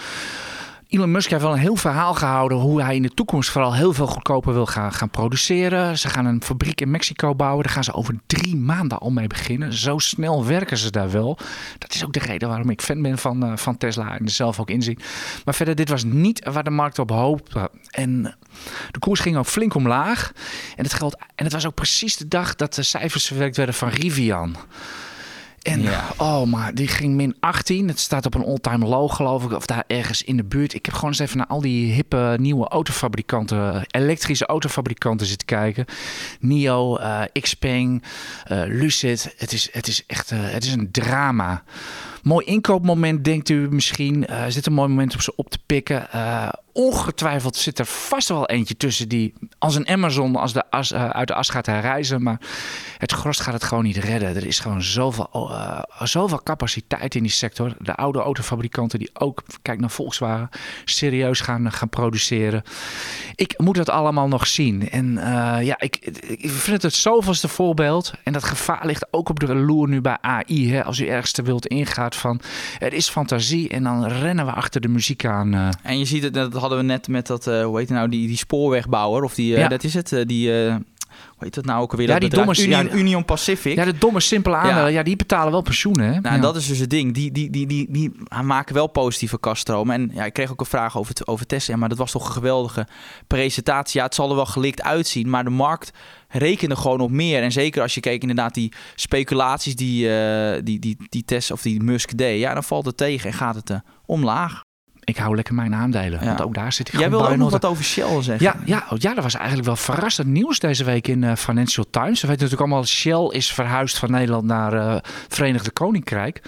Elon Musk heeft wel een heel verhaal gehouden hoe hij in de toekomst vooral heel veel goedkoper wil gaan, gaan produceren. Ze gaan een fabriek in Mexico bouwen. Daar gaan ze over drie maanden al mee beginnen. Zo snel werken ze daar wel. Dat is ook de reden waarom ik fan ben van, uh, van Tesla en er zelf ook inzien. Maar verder, dit was niet waar de markt op hoopte. En de koers ging ook flink omlaag. En het, geldt, en het was ook precies de dag dat de cijfers verwerkt werden van Rivian. En, Ja. oh, maar die ging min achttien. Het staat op een all-time low, geloof ik. Of daar ergens in de buurt. Ik heb gewoon eens even naar al die hippe nieuwe autofabrikanten, elektrische autofabrikanten zitten kijken. Nio, uh, Xpeng, uh, Lucid. Het is, het is echt uh, het is een drama. Mooi inkoopmoment, denkt u misschien. Er uh, zit een mooi moment op ze op te pikken. Uh, ongetwijfeld zit er vast wel eentje tussen die als een Amazon als de as, uh, uit de as gaat herrijzen. Maar het gros gaat het gewoon niet redden. Er is gewoon zoveel, uh, zoveel capaciteit in die sector. De oude autofabrikanten die ook, kijk naar Volkswagen, serieus gaan, gaan produceren. Ik moet dat allemaal nog zien. En uh, ja, ik, ik vind het het zoveelste voorbeeld. En dat gevaar ligt ook op de loer nu bij A I. Hè? Als u ergens te wild ingaat van, er is fantasie en dan rennen we achter de muziek aan. Uh. En je ziet het, dat hadden we net met dat, uh, hoe heet het nou, die, die spoorwegbouwer. Of die, uh, ja. dat is het, uh, die... Uh, hoe heet dat nou ook alweer? Ja, dat die bedrijf? domme, Union, ja, Union Pacific. Ja, de domme, simpele aandelen. Ja. ja, die betalen wel pensioenen. Hè? Nou, ja. dat is dus het ding. Die, die, die, die, die maken wel positieve kaststromen. En ja, ik kreeg ook een vraag over, over Tesla. Maar dat was toch een geweldige presentatie. Ja, het zal er wel gelikt uitzien. Maar de markt rekende gewoon op meer. En zeker als je kijkt inderdaad die speculaties die, uh, die, die, die Tesla of die Musk deed. Ja, dan valt het tegen en gaat het uh, omlaag. Ik hou lekker mijn aandelen, ja. Want ook daar zit ik Jij gewoon wilde bij. ook nog wat over Shell zeggen. Ja, ja, ja, dat was eigenlijk wel verrassend nieuws deze week in uh, Financial Times. We weten natuurlijk allemaal, Shell is verhuisd van Nederland naar uh, Verenigd Koninkrijk.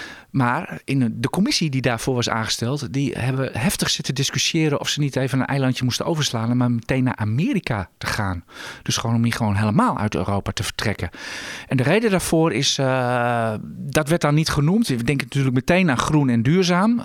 Maar in de commissie die daarvoor was aangesteld, die hebben heftig zitten discussiëren of ze niet even een eilandje moesten overslaan en maar meteen naar Amerika te gaan. Dus gewoon om hier gewoon helemaal uit Europa te vertrekken. En de reden daarvoor is, uh, dat werd dan niet genoemd. We denken natuurlijk meteen aan groen en duurzaam.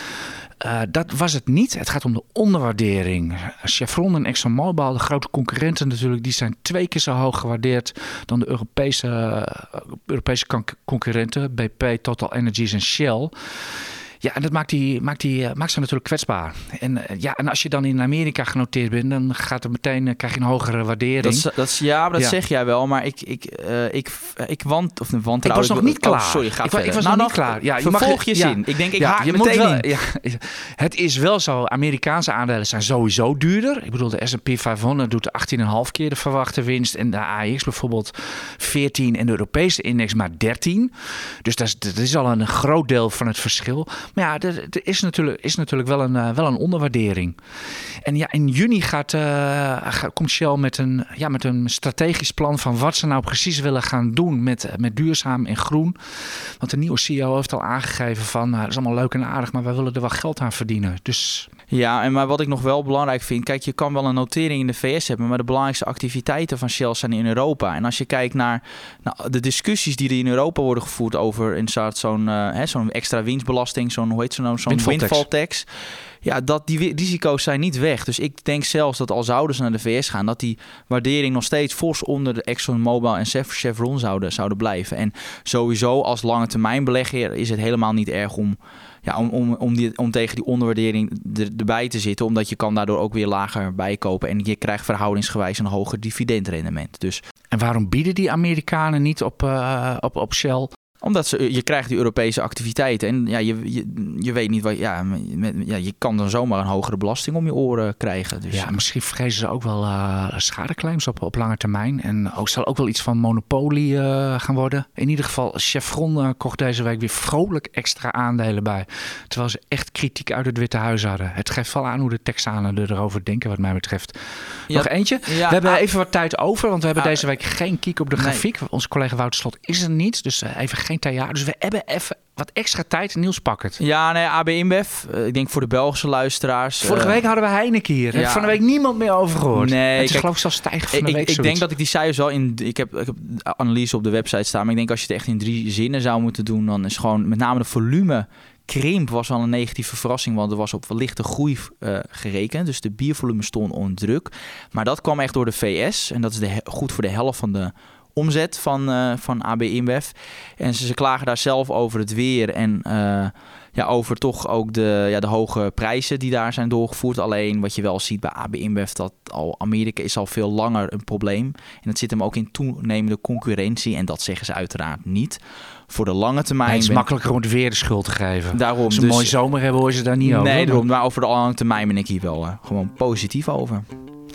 Uh, dat was het niet. Het gaat om de onderwaardering. Chevron en ExxonMobil, de grote concurrenten natuurlijk, die zijn twee keer zo hoog gewaardeerd dan de Europese, uh, Europese concurrenten, B P, Total Energies en Shell. Ja, en dat maakt, die, maakt, die, maakt ze natuurlijk kwetsbaar. En, ja, en als je dan in Amerika genoteerd bent, dan gaat er meteen, uh, krijg je een hogere waardering. Dat, dat, ja, maar dat ja. zeg jij wel. Maar ik, ik, uh, ik, ik, want, of wantrouw, ik was nog ik, niet klaar. Oh, sorry, ga ik, verder. ik was nou, nog niet klaar. Ja, je vervolg mag, je ja, zin. Ik denk, ik ja, haak je meteen wel, in. Ja, het is wel zo, Amerikaanse aandelen zijn sowieso duurder. Ik bedoel, de S en P vijfhonderd doet achttien komma vijf keer de verwachte winst. En de A E X bijvoorbeeld veertien en de Europese index maar dertien. Dus dat is, dat is al een groot deel van het verschil. Maar ja, er is natuurlijk, is natuurlijk wel, een, uh, wel een onderwaardering. En ja, in juni gaat, uh, komt Shell met een, ja, met een strategisch plan van wat ze nou precies willen gaan doen met, met duurzaam en groen. Want de nieuwe C E O heeft al aangegeven van, nou, dat is allemaal leuk en aardig, maar wij willen er wel geld aan verdienen. Dus... Ja, en maar wat ik nog wel belangrijk vind, kijk, je kan wel een notering in de V S hebben, maar de belangrijkste activiteiten van Shell zijn in Europa. En als je kijkt naar nou, de discussies die er in Europa worden gevoerd over in zo'n, uh, hè, zo'n extra winstbelasting, zo'n, hoe heet ze nou, zo'n windfall tax. Ja, dat, die risico's zijn niet weg. Dus ik denk zelfs dat al zouden ze naar de V S gaan, dat die waardering nog steeds fors onder de ExxonMobil en Chevron zouden, zouden blijven. En sowieso als lange termijn belegger is het helemaal niet erg om, ja, om, om, om, die, om tegen die onderwaardering er, erbij te zitten. Omdat je kan daardoor ook weer lager bijkopen. En je krijgt verhoudingsgewijs een hoger dividendrendement. Dus, en waarom bieden die Amerikanen niet op, uh, op, op Shell? Omdat ze, je krijgt die Europese activiteiten en ja, je, je, je weet niet wat. Ja, met, ja, je kan dan zomaar een hogere belasting om je oren krijgen. Dus. Ja, misschien vrezen ze ook wel uh, schadeclaims op, op lange termijn. En ook zal ook wel iets van monopolie uh, gaan worden. In ieder geval, Chevron uh, kocht deze week weer vrolijk extra aandelen bij. Terwijl ze echt kritiek uit het Witte Huis hadden. Het geeft wel aan hoe de Texanen erover denken, wat mij betreft. Ja, nog eentje. Ja, we hebben ah, even wat tijd over, want we hebben ah, deze week geen kiek op de grafiek. Nee. Onze collega Wouter Slot is er niet, dus uh, even geen jaar. Dus we hebben even wat extra tijd. Niels Pakkert. Ja, nee, A B InBev. Uh, ik denk voor de Belgische luisteraars. Vorige uh, week hadden we Heineken hier. Ja. Heb van de week niemand meer over gehoord. Nee. Het is kijk, geloof ik zelfs stijgen van de ik, week. Ik denk dat ik die cijfers wel in... Ik heb, ik heb analyse op de website staan. Maar ik denk als je het echt in drie zinnen zou moeten doen, dan is gewoon met name de volume krimp was al een negatieve verrassing, want er was op lichte groei uh, gerekend. Dus de biervolume stond onder druk. Maar dat kwam echt door de V S. En dat is de, goed voor de helft van de omzet van, uh, van A B InBev. En ze, ze klagen daar zelf over het weer en uh, ja, over toch ook de, ja, de hoge prijzen die daar zijn doorgevoerd. Alleen wat je wel ziet bij A B InBev, dat al Amerika is al veel langer een probleem. En dat zit hem ook in toenemende concurrentie. En dat zeggen ze uiteraard niet. Voor de lange termijn... Nee, het is makkelijker om het weer de schuld te geven. Daarom, Als ze dus, een mooie zomer hebben, hoor je ze daar niet over. Nee, daarom, maar over de lange termijn ben ik hier wel uh, gewoon positief over.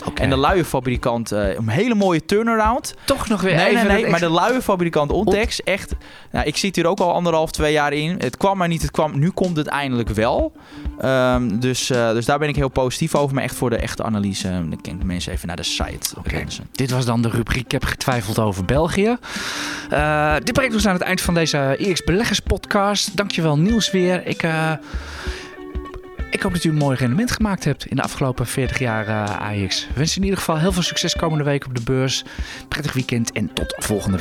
Okay. En de luierfabrikant, uh, een hele mooie turnaround. Toch nog weer nee, even... Nee, nee, ex- maar de luierfabrikant Ontex, echt... Nou, ik zit hier ook al anderhalf, twee jaar in. Het kwam maar niet, het kwam... Nu komt het eindelijk wel. Um, dus, uh, dus daar ben ik heel positief over. Maar echt voor de echte analyse, dan kan ik mensen even naar de site okay. Dit was dan de rubriek Ik heb getwijfeld over België. Uh, dit brengt ons aan het eind van deze I E X Beleggers podcast. Dankjewel Niels weer. Ik... Uh, Ik hoop dat u een mooi rendement gemaakt hebt in de afgelopen veertig jaar uh, A E X. We wensen in ieder geval heel veel succes komende week op de beurs. Prettig weekend en tot volgende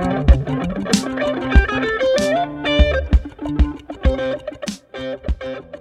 week.